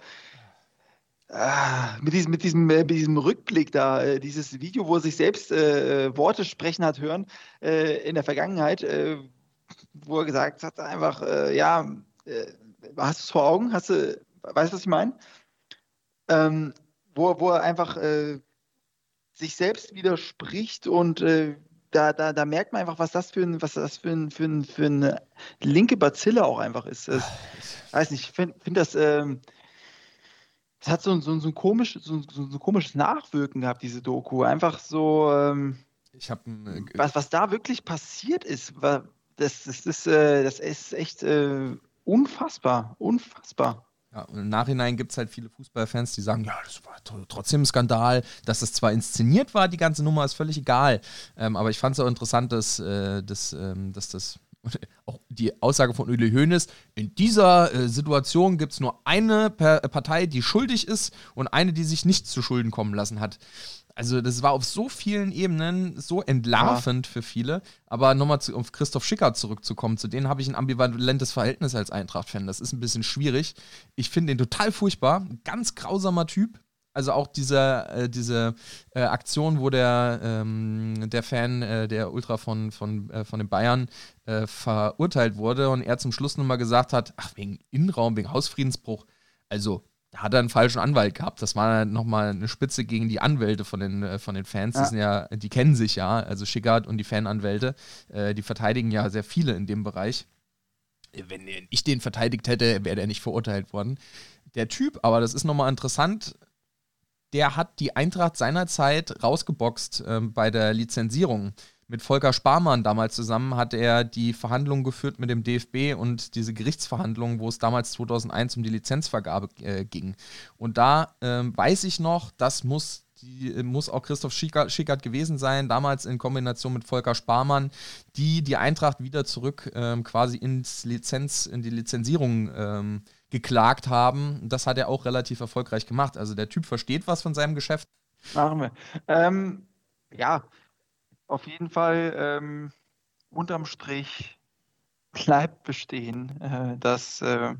ah, mit diesem, mit diesem, äh, mit diesem Rückblick da, äh, dieses Video, wo er sich selbst äh, äh, Worte sprechen hat hören äh, in der Vergangenheit, äh, wo er gesagt hat, einfach, äh, ja, äh, hast du es vor Augen? Hast du, weißt du, was ich meine? Ähm, wo, wo er einfach äh, sich selbst widerspricht und äh, da, da, da merkt man einfach, was das für ein, was das für ein, für ein, für eine linke Bazille auch einfach ist. Das, weiß nicht, ich finde find das, ähm, das hat so, ein- so, ein- so ein komisch, so, ein- so ein komisches Nachwirken gehabt, diese Doku. Einfach so, ähm, Ich habe äh, was, was da wirklich passiert ist, war, das, das ist, äh, das ist echt äh, unfassbar, unfassbar. ja, und im Nachhinein gibt es halt viele Fußballfans, die sagen, ja, das war tr- trotzdem ein Skandal, dass das zwar inszeniert war, die ganze Nummer ist völlig egal. Ähm, aber ich fand es auch interessant, dass, äh, dass, ähm, dass das auch die Aussage von Uli Hoeneß, in dieser äh, Situation gibt es nur eine per Partei, die schuldig ist und eine, die sich nicht zu Schulden kommen lassen hat. Also das war auf so vielen Ebenen so entlarvend für viele. Aber nochmal zu, auf Christoph Schickert zurückzukommen, zu denen habe ich ein ambivalentes Verhältnis als Eintracht-Fan. Das ist ein bisschen schwierig. Ich finde den total furchtbar. Ein ganz grausamer Typ. Also auch diese, äh, diese äh, Aktion, wo der, ähm, der Fan, äh, der Ultra von, von, äh, von den Bayern äh, verurteilt wurde und er zum Schluss nochmal gesagt hat, ach, wegen Innenraum, wegen Hausfriedensbruch. Also da hat er einen falschen Anwalt gehabt. Das war nochmal eine Spitze gegen die Anwälte von den, äh, von den Fans. Die Ja. sind ja, die kennen sich ja, also Schickard und die Fananwälte, äh, die verteidigen ja sehr viele in dem Bereich. Wenn ich den verteidigt hätte, wäre der nicht verurteilt worden. Der Typ, aber das ist nochmal interessant, der hat die Eintracht seinerzeit rausgeboxt ähm, bei der Lizenzierung. Mit Volker Sparmann damals zusammen hat er die Verhandlungen geführt mit dem D F B und diese Gerichtsverhandlungen, wo es damals zweitausendeins um die Lizenzvergabe äh, ging. Und da ähm, weiß ich noch, das muss, die, muss auch Christoph Schickert, Schickert gewesen sein, damals in Kombination mit Volker Sparmann, die die Eintracht wieder zurück ähm, quasi ins Lizenz, in die Lizenzierung ähm, geklagt haben. Das hat er auch relativ erfolgreich gemacht. Also der Typ versteht was von seinem Geschäft. Machen wir. Ähm, ja, auf jeden Fall ähm, unterm Strich bleibt bestehen, äh, dass, äh,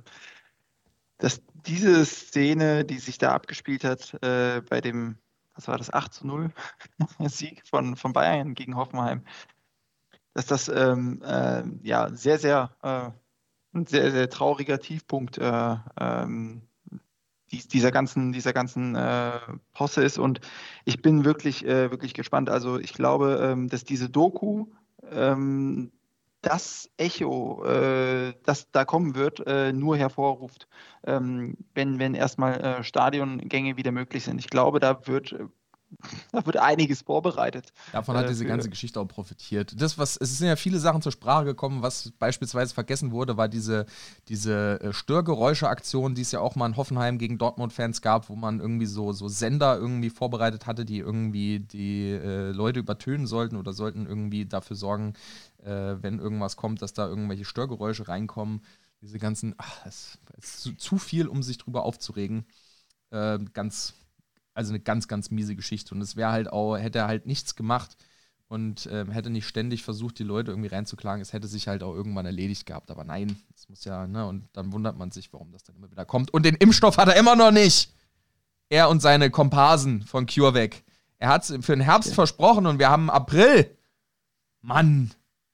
dass diese Szene, die sich da abgespielt hat, äh, bei dem, was war das, acht zu null Sieg von, von Bayern gegen Hoffenheim, dass das ähm, äh, ja sehr, sehr, äh, ein sehr, sehr trauriger Tiefpunkt äh, ähm, dies- dieser ganzen, dieser ganzen äh, Posse ist. Und ich bin wirklich, äh, wirklich gespannt. Also ich glaube, ähm, dass diese Doku ähm, das Echo, äh, das da kommen wird, äh, nur hervorruft, ähm, wenn, wenn erstmal äh, Stadiongänge wieder möglich sind. Ich glaube, da wird, äh, da wird einiges vorbereitet. Davon hat Äh, diese für, ganze Geschichte auch profitiert. Das, was, es sind ja viele Sachen zur Sprache gekommen, was beispielsweise vergessen wurde, war diese, diese äh, Störgeräusche-Aktion, die es ja auch mal in Hoffenheim gegen Dortmund-Fans gab, wo man irgendwie so, so Sender irgendwie vorbereitet hatte, die irgendwie die äh, Leute übertönen sollten oder sollten irgendwie dafür sorgen, äh, wenn irgendwas kommt, dass da irgendwelche Störgeräusche reinkommen. Diese ganzen, ach, es ist zu, zu viel, um sich drüber aufzuregen. Äh, ganz Also eine ganz, ganz miese Geschichte. Und es wäre halt auch, hätte er halt nichts gemacht und ähm, hätte nicht ständig versucht, die Leute irgendwie reinzuklagen, es hätte sich halt auch irgendwann erledigt gehabt. Aber nein, es muss ja, ne, und dann wundert man sich, warum das dann immer wieder kommt. Und den Impfstoff hat er immer noch nicht. Er und seine Komparsen von CureVac. Er hat es für den Herbst Ja. versprochen und wir haben April. Mann.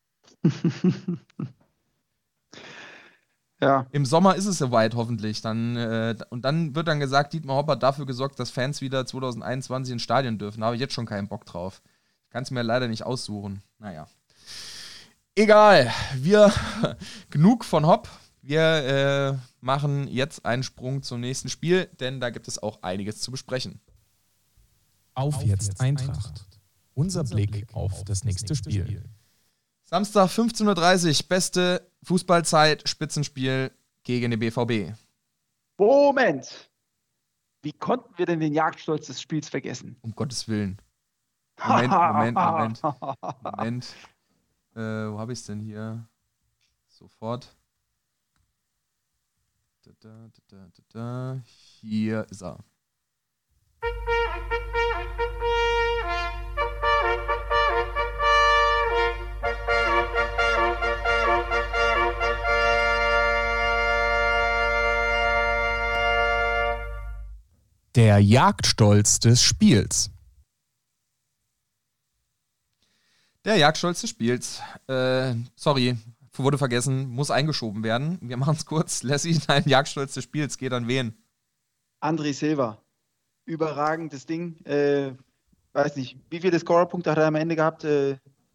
ja, Im Sommer ist es soweit, hoffentlich. Dann, äh, und dann wird dann gesagt, Dietmar Hopp hat dafür gesorgt, dass Fans wieder zwanzig einundzwanzig ins Stadion dürfen. Da habe ich jetzt schon keinen Bock drauf. Ich kann es mir leider nicht aussuchen. Naja. Egal, wir, genug von Hopp. Wir äh, machen jetzt einen Sprung zum nächsten Spiel, denn da gibt es auch einiges zu besprechen. Auf jetzt Eintracht. Unser Blick auf das nächste Spiel. Samstag fünfzehn Uhr dreißig, beste Fußballzeit, Spitzenspiel gegen den B V B. Moment! Wie konnten wir denn den Jagdstolz des Spiels vergessen? Um Gottes Willen. Moment, Moment, Moment. Moment. Äh, wo habe ich es denn hier? Sofort. Da, da, da, da, da. Hier ist er. Der Jagdstolz des Spiels. Der Jagdstolz des Spiels. Äh, sorry, wurde vergessen, muss eingeschoben werden. Wir machen es kurz. Lassie, dein Jagdstolz des Spiels geht an wen? André Silva. Überragendes Ding. Äh, weiß nicht, wie viele Scorerpunkte hat er am Ende gehabt? Äh,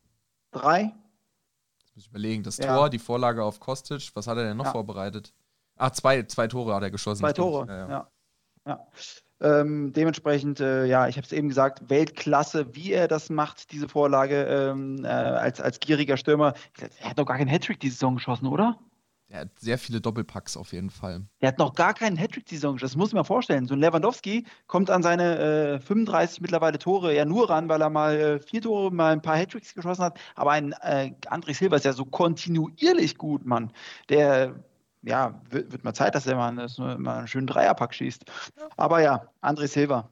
drei? Jetzt muss ich überlegen. Das Ja. Tor, die Vorlage auf Kostic. Was hat er denn noch Ja. vorbereitet? Ach, zwei, zwei Tore hat er geschossen. Zwei stimmt. Tore, Ja, ja. ja. ja. Ähm, dementsprechend, äh, ja, ich habe es eben gesagt, Weltklasse, wie er das macht, diese Vorlage ähm, äh, als, als gieriger Stürmer. Er hat noch gar keinen Hattrick die Saison geschossen, oder? Er hat sehr viele Doppelpacks auf jeden Fall. Der hat noch gar keinen Hattrick die Saison geschossen. Das muss man vorstellen. So ein Lewandowski kommt an seine äh, fünfunddreißig mittlerweile Tore ja nur ran, weil er mal äh, vier Tore, mal ein paar Hattricks geschossen hat. Aber ein äh, André Silva ist ja so kontinuierlich gut, Mann. Der ja, wird, wird mal Zeit, dass er mal, dass er mal einen schönen Dreierpack schießt. Aber ja, André Silva.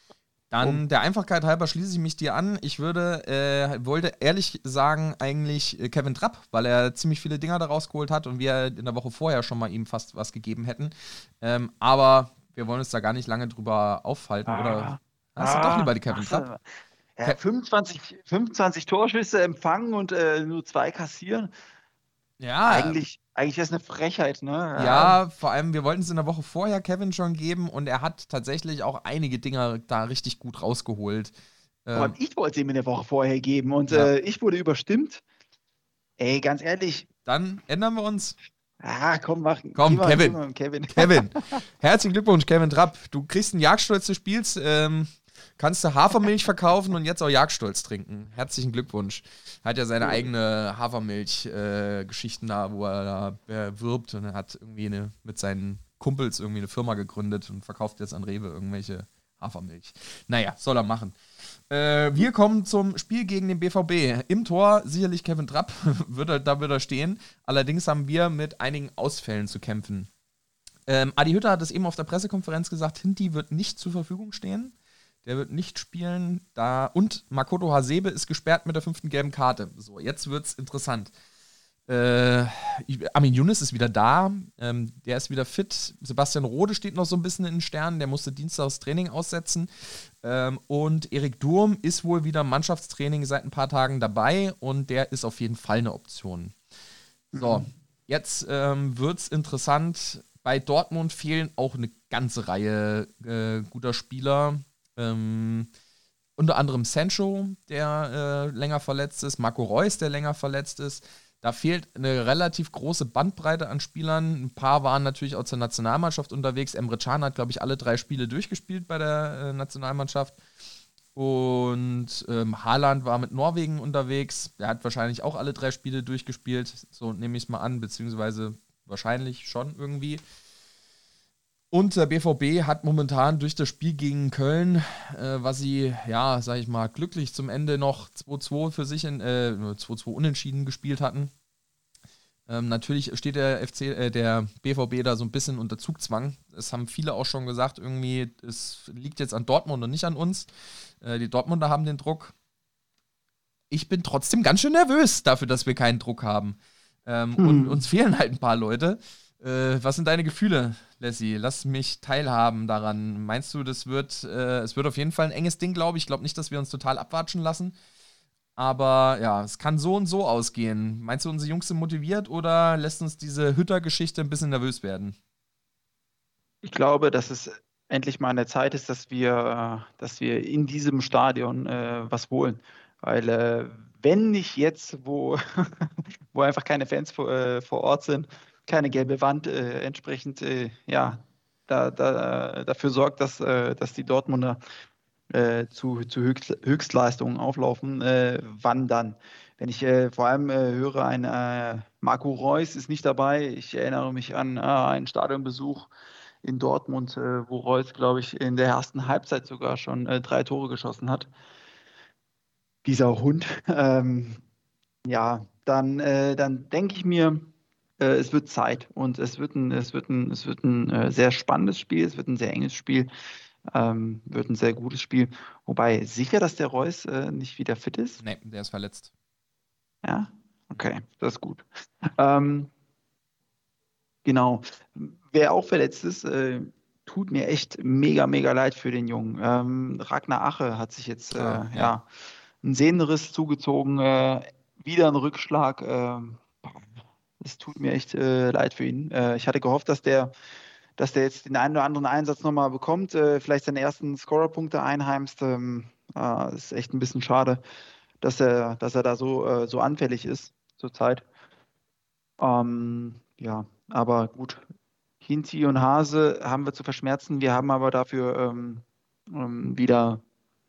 Dann Oh. der Einfachkeit halber schließe ich mich dir an. Ich würde, äh, wollte ehrlich sagen, eigentlich äh, Kevin Trapp, weil er ziemlich viele Dinger da rausgeholt hat und wir in der Woche vorher schon mal ihm fast was gegeben hätten. Ähm, aber wir wollen uns da gar nicht lange drüber aufhalten. Ah. Oder hast du doch lieber die Kevin Trapp? Ja, fünfundzwanzig, fünfundzwanzig Torschüsse empfangen und äh, nur zwei kassieren. Ja, Eigentlich, eigentlich ist das eine Frechheit, ne? ja, vor allem, wir wollten es in der Woche vorher Kevin schon geben und er hat tatsächlich auch einige Dinger da richtig gut rausgeholt. Aber Ähm, ich wollte es ihm in der Woche vorher geben und Ja. äh, ich wurde überstimmt. Ey, ganz ehrlich, dann ändern wir uns. ah, komm, mach. Komm, geh mal- Kevin. geh mal mit Kevin. Kevin, herzlichen Glückwunsch, Kevin Trapp. Du kriegst einen Jagdstolz des Spiels, ähm, kannst du Hafermilch verkaufen und jetzt auch Jagdstolz trinken. Herzlichen Glückwunsch. Hat ja seine Cool. eigene Hafermilch-Geschichten da, wo er da äh, wirbt und er hat irgendwie eine, mit seinen Kumpels irgendwie eine Firma gegründet und verkauft jetzt an Rewe irgendwelche Hafermilch. Naja, soll er machen. Äh, wir kommen zum Spiel gegen den B V B. Im Tor sicherlich Kevin Trapp, wird er, da wird er stehen. Allerdings haben wir mit einigen Ausfällen zu kämpfen. Ähm, Adi Hütter hat es eben auf der Pressekonferenz gesagt, Hinti wird nicht zur Verfügung stehen. Der wird nicht spielen. Da und Makoto Hasebe ist gesperrt mit der fünften gelben Karte. So, jetzt wird's interessant. Äh, Armin Younes ist wieder da. Ähm, der ist wieder fit. Sebastian Rode steht noch so ein bisschen in den Sternen. Der musste Dienstags Training aussetzen. Ähm, und Erik Durm ist wohl wieder im Mannschaftstraining seit ein paar Tagen dabei. Und der ist auf jeden Fall eine Option. So, jetzt ähm, wird's interessant. Bei Dortmund fehlen auch eine ganze Reihe äh, guter Spieler. Ähm, unter anderem Sancho, der äh, länger verletzt ist, Marco Reus, der länger verletzt ist. Da fehlt eine relativ große Bandbreite an Spielern. Ein paar waren natürlich auch zur Nationalmannschaft unterwegs. Emre Can hat, glaube ich, alle drei Spiele durchgespielt bei der äh, Nationalmannschaft. Und ähm, Haaland war mit Norwegen unterwegs. Der hat wahrscheinlich auch alle drei Spiele durchgespielt. So nehme ich es mal an, beziehungsweise wahrscheinlich schon irgendwie. Und der B V B hat momentan durch das Spiel gegen Köln, äh, was sie, ja, sag ich mal, glücklich zum Ende noch zwei zwei für sich, in, äh, zwei zwei unentschieden gespielt hatten. Ähm, natürlich steht der F C, äh, der B V B da so ein bisschen unter Zugzwang. Es haben viele auch schon gesagt, irgendwie, es liegt jetzt an Dortmund und nicht an uns. Äh, die Dortmunder haben den Druck. Ich bin trotzdem ganz schön nervös dafür, dass wir keinen Druck haben. Ähm, Hm. Und uns fehlen halt ein paar Leute. Äh, was sind deine Gefühle, Lassie? Lass mich teilhaben daran. Meinst du, das wird, äh, es wird auf jeden Fall ein enges Ding, glaube ich. Ich glaube nicht, dass wir uns total abwatschen lassen. Aber ja, es kann so und so ausgehen. Meinst du, unsere Jungs sind motiviert oder lässt uns diese Hütter-Geschichte ein bisschen nervös werden? Ich glaube, dass es endlich mal an der Zeit ist, dass wir, äh, dass wir in diesem Stadion äh, was holen. Weil äh, wenn nicht jetzt, wo, wo einfach keine Fans vor, äh, vor Ort sind, keine gelbe Wand äh, entsprechend äh, ja, da, da, dafür sorgt, dass, äh, dass die Dortmunder äh, zu, zu Höchst, Höchstleistungen auflaufen, äh, wann dann? Wenn ich äh, vor allem äh, höre, ein äh, Marco Reus ist nicht dabei. Ich erinnere mich an äh, einen Stadionbesuch in Dortmund, äh, wo Reus, glaube ich, in der ersten Halbzeit sogar schon äh, drei Tore geschossen hat. Dieser Hund. Ähm, ja, dann, äh, dann denke ich mir, äh, es wird Zeit und es wird ein, es wird ein, es wird ein äh, sehr spannendes Spiel, es wird ein sehr enges Spiel, ähm, wird ein sehr gutes Spiel. Wobei sicher, dass der Reus äh, nicht wieder fit ist. Nee, der ist verletzt. Ja, okay, das ist gut. Ähm, genau. Wer auch verletzt ist, äh, tut mir echt mega, mega leid für den Jungen. Ähm, Ragnar Ache hat sich jetzt äh, Ah, ja. ja, einen Sehnenriss zugezogen, äh, wieder ein Rückschlag. ähm, Es tut mir echt äh, leid für ihn. Äh, ich hatte gehofft, dass der, dass der jetzt den einen oder anderen Einsatz nochmal bekommt, äh, vielleicht seine ersten Scorerpunkte einheimst. Ähm, äh, ist echt ein bisschen schade, dass er, dass er da so, äh, so anfällig ist zurzeit. Ähm, ja, aber gut. Hinti und Hase haben wir zu verschmerzen. Wir haben aber dafür ähm, ähm, wieder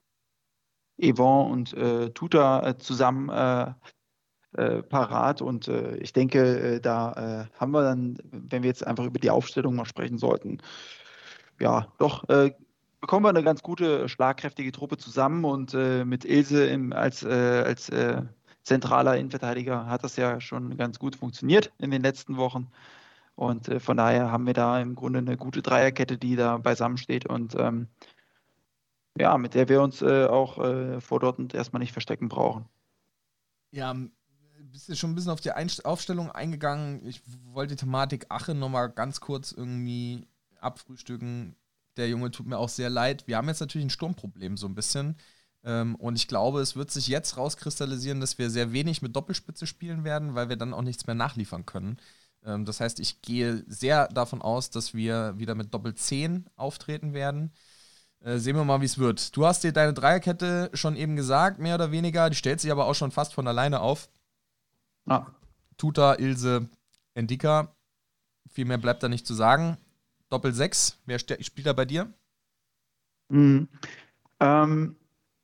Yvonne und äh, Tuta äh, zusammen äh, äh, parat. Und äh, ich denke, äh, da äh, haben wir dann, wenn wir jetzt einfach über die Aufstellung mal sprechen sollten, ja, doch äh, bekommen wir eine ganz gute, schlagkräftige Truppe zusammen. Und äh, mit Ilse im, als, äh, als äh, zentraler Innenverteidiger hat das ja schon ganz gut funktioniert in den letzten Wochen. Und äh, von daher haben wir da im Grunde eine gute Dreierkette, die da beisammen steht und ähm, ja, mit der wir uns äh, auch äh, vor Dortmund erstmal nicht verstecken brauchen. Ja, m- bist du schon ein bisschen auf die Einst- Aufstellung eingegangen. Ich wollte die Thematik Ache nochmal ganz kurz irgendwie abfrühstücken. Der Junge tut mir auch sehr leid. Wir haben jetzt natürlich ein Sturmproblem so ein bisschen. Ähm, und ich glaube, es wird sich jetzt rauskristallisieren, dass wir sehr wenig mit Doppelspitze spielen werden, weil wir dann auch nichts mehr nachliefern können. Ähm, das heißt, ich gehe sehr davon aus, dass wir wieder mit Doppel-zehn auftreten werden. Äh, sehen wir mal, wie es wird. Du hast dir deine Dreierkette schon eben gesagt, mehr oder weniger. Die stellt sich aber auch schon fast von alleine auf. Ja. Tuta, Ilse, Endika. Viel mehr bleibt da nicht zu sagen. Doppel sechs. Wer ste- spielt da bei dir? Mhm. Ähm,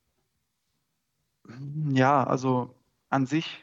ja, also an sich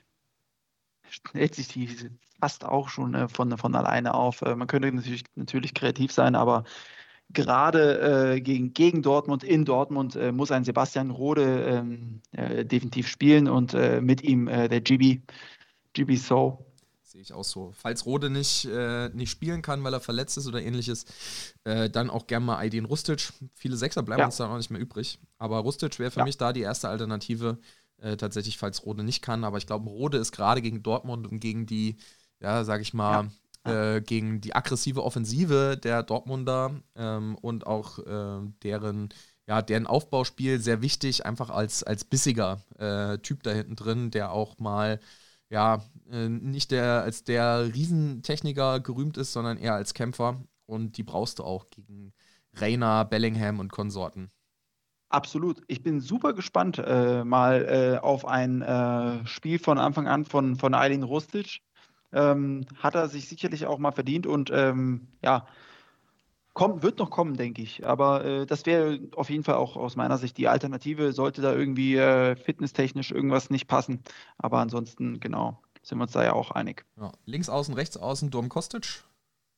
stellt sich die fast auch schon äh, von, von alleine auf. Äh, man könnte natürlich, natürlich kreativ sein, aber gerade äh, gegen, gegen Dortmund, in Dortmund, äh, muss ein Sebastian Rode ähm, äh, definitiv spielen und äh, mit ihm äh, der Gibi, Gibi So. Sehe ich auch so. Falls Rode nicht, äh, nicht spielen kann, weil er verletzt ist oder ähnliches, äh, dann auch gern mal Aydin Rustic. Viele Sechser bleiben Ja, uns dann auch nicht mehr übrig. Aber Rustic wäre für ja, mich da die erste Alternative, äh, tatsächlich, falls Rode nicht kann. Aber ich glaube, Rode ist gerade gegen Dortmund und gegen die, ja, sag ich ja, mal, ja. äh, gegen die aggressive Offensive der Dortmunder ähm, und auch äh, deren, ja, deren Aufbauspiel sehr wichtig, einfach als, als bissiger äh, Typ da hinten drin, der auch mal ja, äh, nicht der, als der Riesentechniker gerühmt ist, sondern eher als Kämpfer. Und die brauchst du auch gegen Reina, Bellingham und Konsorten. Absolut. Ich bin super gespannt äh, mal äh, auf ein äh, Spiel von Anfang an von, von Aydin Rustic. Ähm, hat er sich sicherlich auch mal verdient und ähm, ja, kommt, wird noch kommen, denke ich. Aber äh, das wäre auf jeden Fall auch aus meiner Sicht die Alternative, sollte da irgendwie äh, fitnesstechnisch irgendwas nicht passen. Aber ansonsten, genau, sind wir uns da ja auch einig. Ja. Links außen, rechts außen, Dom Kostic.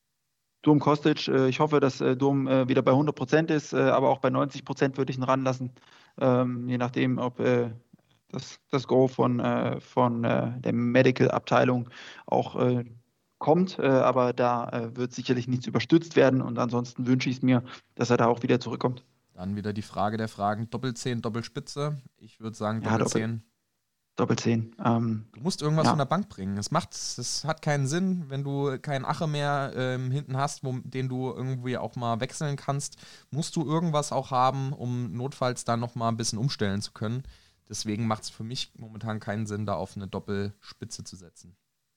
Dom Kostic, äh, ich hoffe, dass äh, Dom äh, wieder bei hundert Prozent ist, äh, aber auch bei neunzig Prozent würde ich ihn ranlassen. Ähm, je nachdem, ob äh, das, das Go von, äh, von äh, der Medical-Abteilung auch äh, kommt. Äh, aber da äh, wird sicherlich nichts überstützt werden und ansonsten wünsche ich es mir, dass er da auch wieder zurückkommt. Dann wieder die Frage der Fragen: Doppelzehn, Doppelspitze. Ich würde sagen Ja, Doppel, Doppelzehn. Doppelzehn. Ähm, Du musst irgendwas von ja, der Bank bringen. Es macht, es hat keinen Sinn, wenn du keinen Ache mehr ähm, hinten hast, wo, den du irgendwie auch mal wechseln kannst. Musst du irgendwas auch haben, um notfalls dann noch mal ein bisschen umstellen zu können. Deswegen macht es für mich momentan keinen Sinn, da auf eine Doppelspitze zu setzen.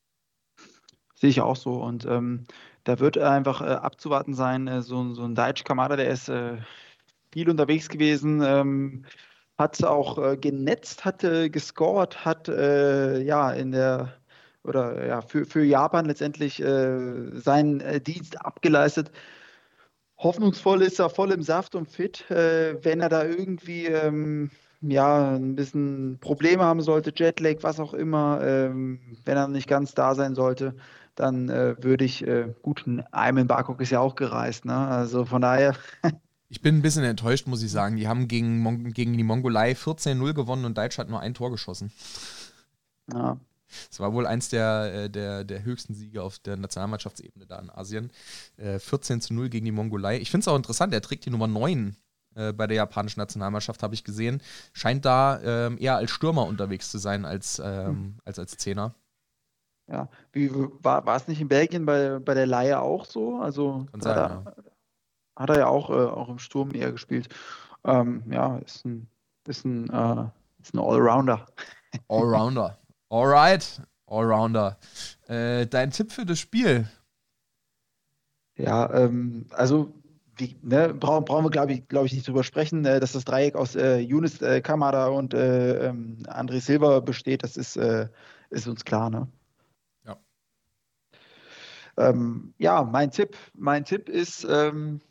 sehe ich auch so. Und ähm, da wird einfach äh, abzuwarten sein, äh, so, so ein Daichi Kamada, der ist äh, viel unterwegs gewesen. Ähm, hat auch äh, genetzt, hat äh, gescored, hat äh, ja in der oder ja für, für Japan letztendlich äh, seinen äh, Dienst abgeleistet. Hoffnungsvoll ist er, voll im Saft und fit. Äh, wenn er da irgendwie ähm, ja, ein bisschen Probleme haben sollte, Jetlag, was auch immer, ähm, wenn er nicht ganz da sein sollte, dann äh, würde ich, äh, gut, ein Ayman Barkok ist ja auch gereist, ne? Also von daher, Ich bin ein bisschen enttäuscht, muss ich sagen. Die haben gegen, Mon gegen die Mongolei vierzehn null gewonnen und Deutschland hat nur ein Tor geschossen. ja, Das war wohl eins der, äh, der, der höchsten Siege auf der Nationalmannschaftsebene da in Asien. Äh, vierzehn zu null gegen die Mongolei. Ich finde es auch interessant, er trägt die Nummer neun äh, bei der japanischen Nationalmannschaft, habe ich gesehen. Scheint da ähm, eher als Stürmer unterwegs zu sein als, ähm, als als Zehner. ja. Wie, war, war es nicht in Belgien bei, bei der Leihe auch so? Also Kann da, sein, ja. da hat er ja auch, äh, auch im Sturm eher gespielt. Ähm, ja, ist ein, ist ein, äh, ist ein Allrounder. Allrounder. Alright, Allrounder. Äh, dein Tipp für das Spiel? Ja, ähm, also wie, ne, brauchen, brauchen wir, glaube ich, glaub ich, nicht drüber sprechen, äh, dass das Dreieck aus äh, Younes äh, Kamada und äh, ähm, André Silva besteht, das ist, äh, ist uns klar, ne? Ja. Ähm, ja, mein Tipp, mein Tipp ist, ähm,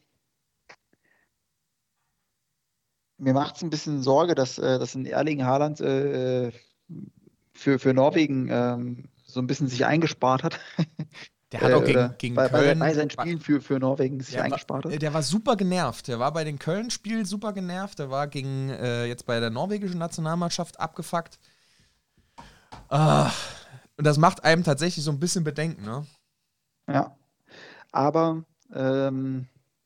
mir macht es ein bisschen Sorge, dass, äh, dass ein Erling Haaland äh, für, für Norwegen ähm, so ein bisschen sich eingespart hat. Der hat auch äh, gegen, oder gegen bei, bei, bei Köln. seinen Spielen für, für Norwegen sich Der war, eingespart hat. der war super genervt. Der war bei den Köln-Spielen super genervt. Der war gegen äh, jetzt bei der norwegischen Nationalmannschaft abgefuckt. Ah, und das macht einem tatsächlich so ein bisschen Bedenken, ne? Ja, aber ähm,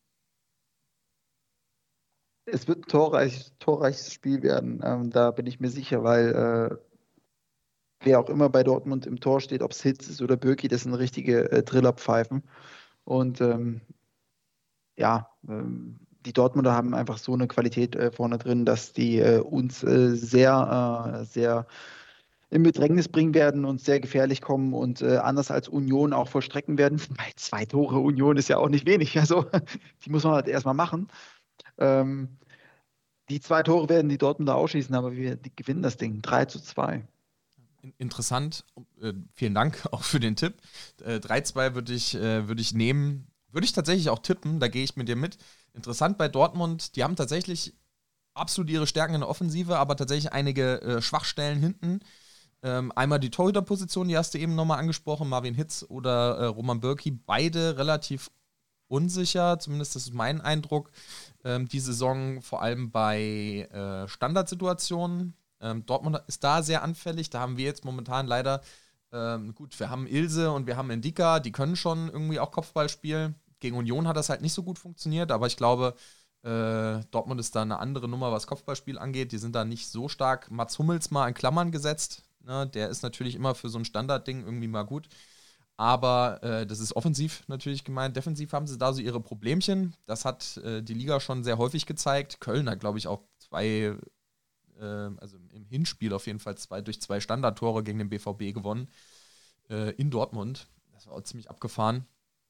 es wird ein torreich, torreiches Spiel werden. Ähm, da bin ich mir sicher, weil äh, wer auch immer bei Dortmund im Tor steht, ob es Hitz ist oder Bürki, das sind richtige äh, Trillerpfeifen. Und ähm, ja, ähm, die Dortmunder haben einfach so eine Qualität äh, vorne drin, dass die äh, uns äh, sehr, äh, sehr in Bedrängnis bringen werden und sehr gefährlich kommen und äh, anders als Union auch vollstrecken werden. Bei zwei Tore Union ist ja auch nicht wenig. Also die muss man halt erstmal machen. Ähm, die zwei Tore werden die Dortmunder ausschießen, aber wir die gewinnen das Ding. drei zu zwei. Interessant. Äh, vielen Dank auch für den Tipp. Äh, drei zwei würde ich, äh, würd ich nehmen. Würde ich tatsächlich auch tippen, da gehe ich mit dir mit. Interessant bei Dortmund, die haben tatsächlich absolut ihre Stärken in der Offensive, aber tatsächlich einige äh, Schwachstellen hinten. Ähm, einmal die Torhüterposition, die hast du eben nochmal angesprochen, Marvin Hitz oder äh, Roman Bürki, beide relativ unsicher, zumindest das ist mein Eindruck, ähm, die Saison vor allem bei äh, Standardsituationen. Ähm, Dortmund ist da sehr anfällig, da haben wir jetzt momentan leider, ähm, gut, wir haben Ilse und wir haben Ndika, die können schon irgendwie auch Kopfball spielen. Gegen Union hat das halt nicht so gut funktioniert, aber ich glaube, äh, Dortmund ist da eine andere Nummer, was Kopfballspiel angeht. Die sind da nicht so stark. Mats Hummels mal in Klammern gesetzt. Ne? Der ist natürlich immer für so ein Standardding irgendwie mal gut. Aber äh, das ist offensiv natürlich gemeint. Defensiv haben sie da so ihre Problemchen. Das hat äh, die Liga schon sehr häufig gezeigt. Köln hat, glaube ich, auch zwei, äh, also im Hinspiel auf jeden Fall zwei durch zwei Standardtore gegen den B V B gewonnen. Äh, in Dortmund. Das war auch ziemlich abgefahren.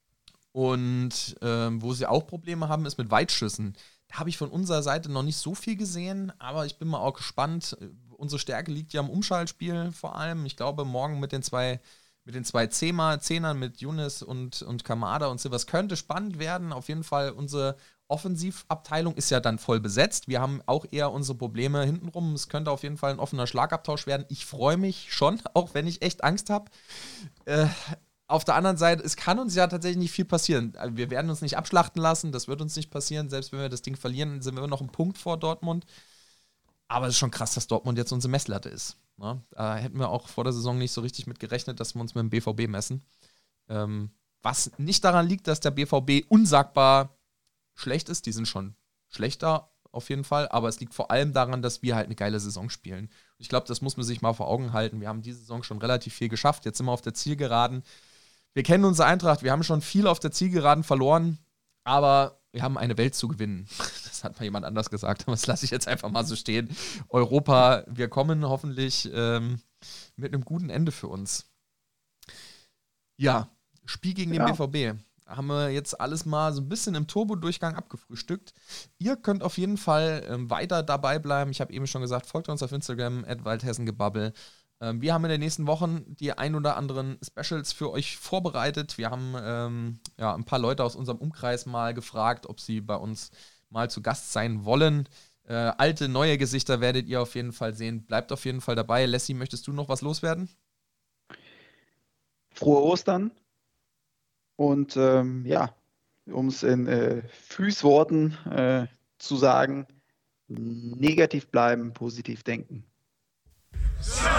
Und ähm, wo sie auch Probleme haben, ist mit Weitschüssen. Da habe ich von unserer Seite noch nicht so viel gesehen, aber ich bin mal auch gespannt. Unsere Stärke liegt ja im Umschaltspiel vor allem. Ich glaube, morgen mit den zwei, mit den zwei Zehner, Zehnern, mit Younes und, und Kamada und Silvers könnte spannend werden. Auf jeden Fall, unsere Offensivabteilung ist ja dann voll besetzt. Wir haben auch eher unsere Probleme hintenrum. Es könnte auf jeden Fall ein offener Schlagabtausch werden. Ich freue mich schon, auch wenn ich echt Angst habe. Äh, Auf der anderen Seite, es kann uns ja tatsächlich nicht viel passieren. Wir werden uns nicht abschlachten lassen, das wird uns nicht passieren. Selbst wenn wir das Ding verlieren, sind wir immer noch einen Punkt vor Dortmund. Aber es ist schon krass, dass Dortmund jetzt unsere Messlatte ist. Ne? Da hätten wir auch vor der Saison nicht so richtig mit gerechnet, dass wir uns mit dem B V B messen. Ähm, was nicht daran liegt, dass der B V B unsagbar schlecht ist. Die sind schon schlechter auf jeden Fall. Aber es liegt vor allem daran, dass wir halt eine geile Saison spielen. Ich glaube, das muss man sich mal vor Augen halten. Wir haben diese Saison schon relativ viel geschafft. Jetzt sind wir auf der Zielgeraden. Wir kennen unsere Eintracht, wir haben schon viel auf der Zielgeraden verloren, aber wir haben eine Welt zu gewinnen. Das hat mal jemand anders gesagt, aber das lasse ich jetzt einfach mal so stehen. Europa, wir kommen hoffentlich ähm, mit einem guten Ende für uns. Ja, Spiel gegen den Ja. B V B. haben wir jetzt alles mal so ein bisschen im Turbo-Durchgang abgefrühstückt. Ihr könnt auf jeden Fall ähm, weiter dabei bleiben. Ich habe eben schon gesagt, folgt uns auf Instagram, at waldhessengebabbel. Ähm, wir haben in den nächsten Wochen die ein oder anderen Specials für euch vorbereitet. Wir haben ähm, ja, ein paar Leute aus unserem Umkreis mal gefragt, ob sie bei uns mal zu Gast sein wollen. Äh, alte, neue Gesichter werdet ihr auf jeden Fall sehen. Bleibt auf jeden Fall dabei. Lassie, möchtest du noch was loswerden? Frohe Ostern und ähm, ja, um es in äh, Füßworten äh, zu sagen, negativ bleiben, positiv denken. So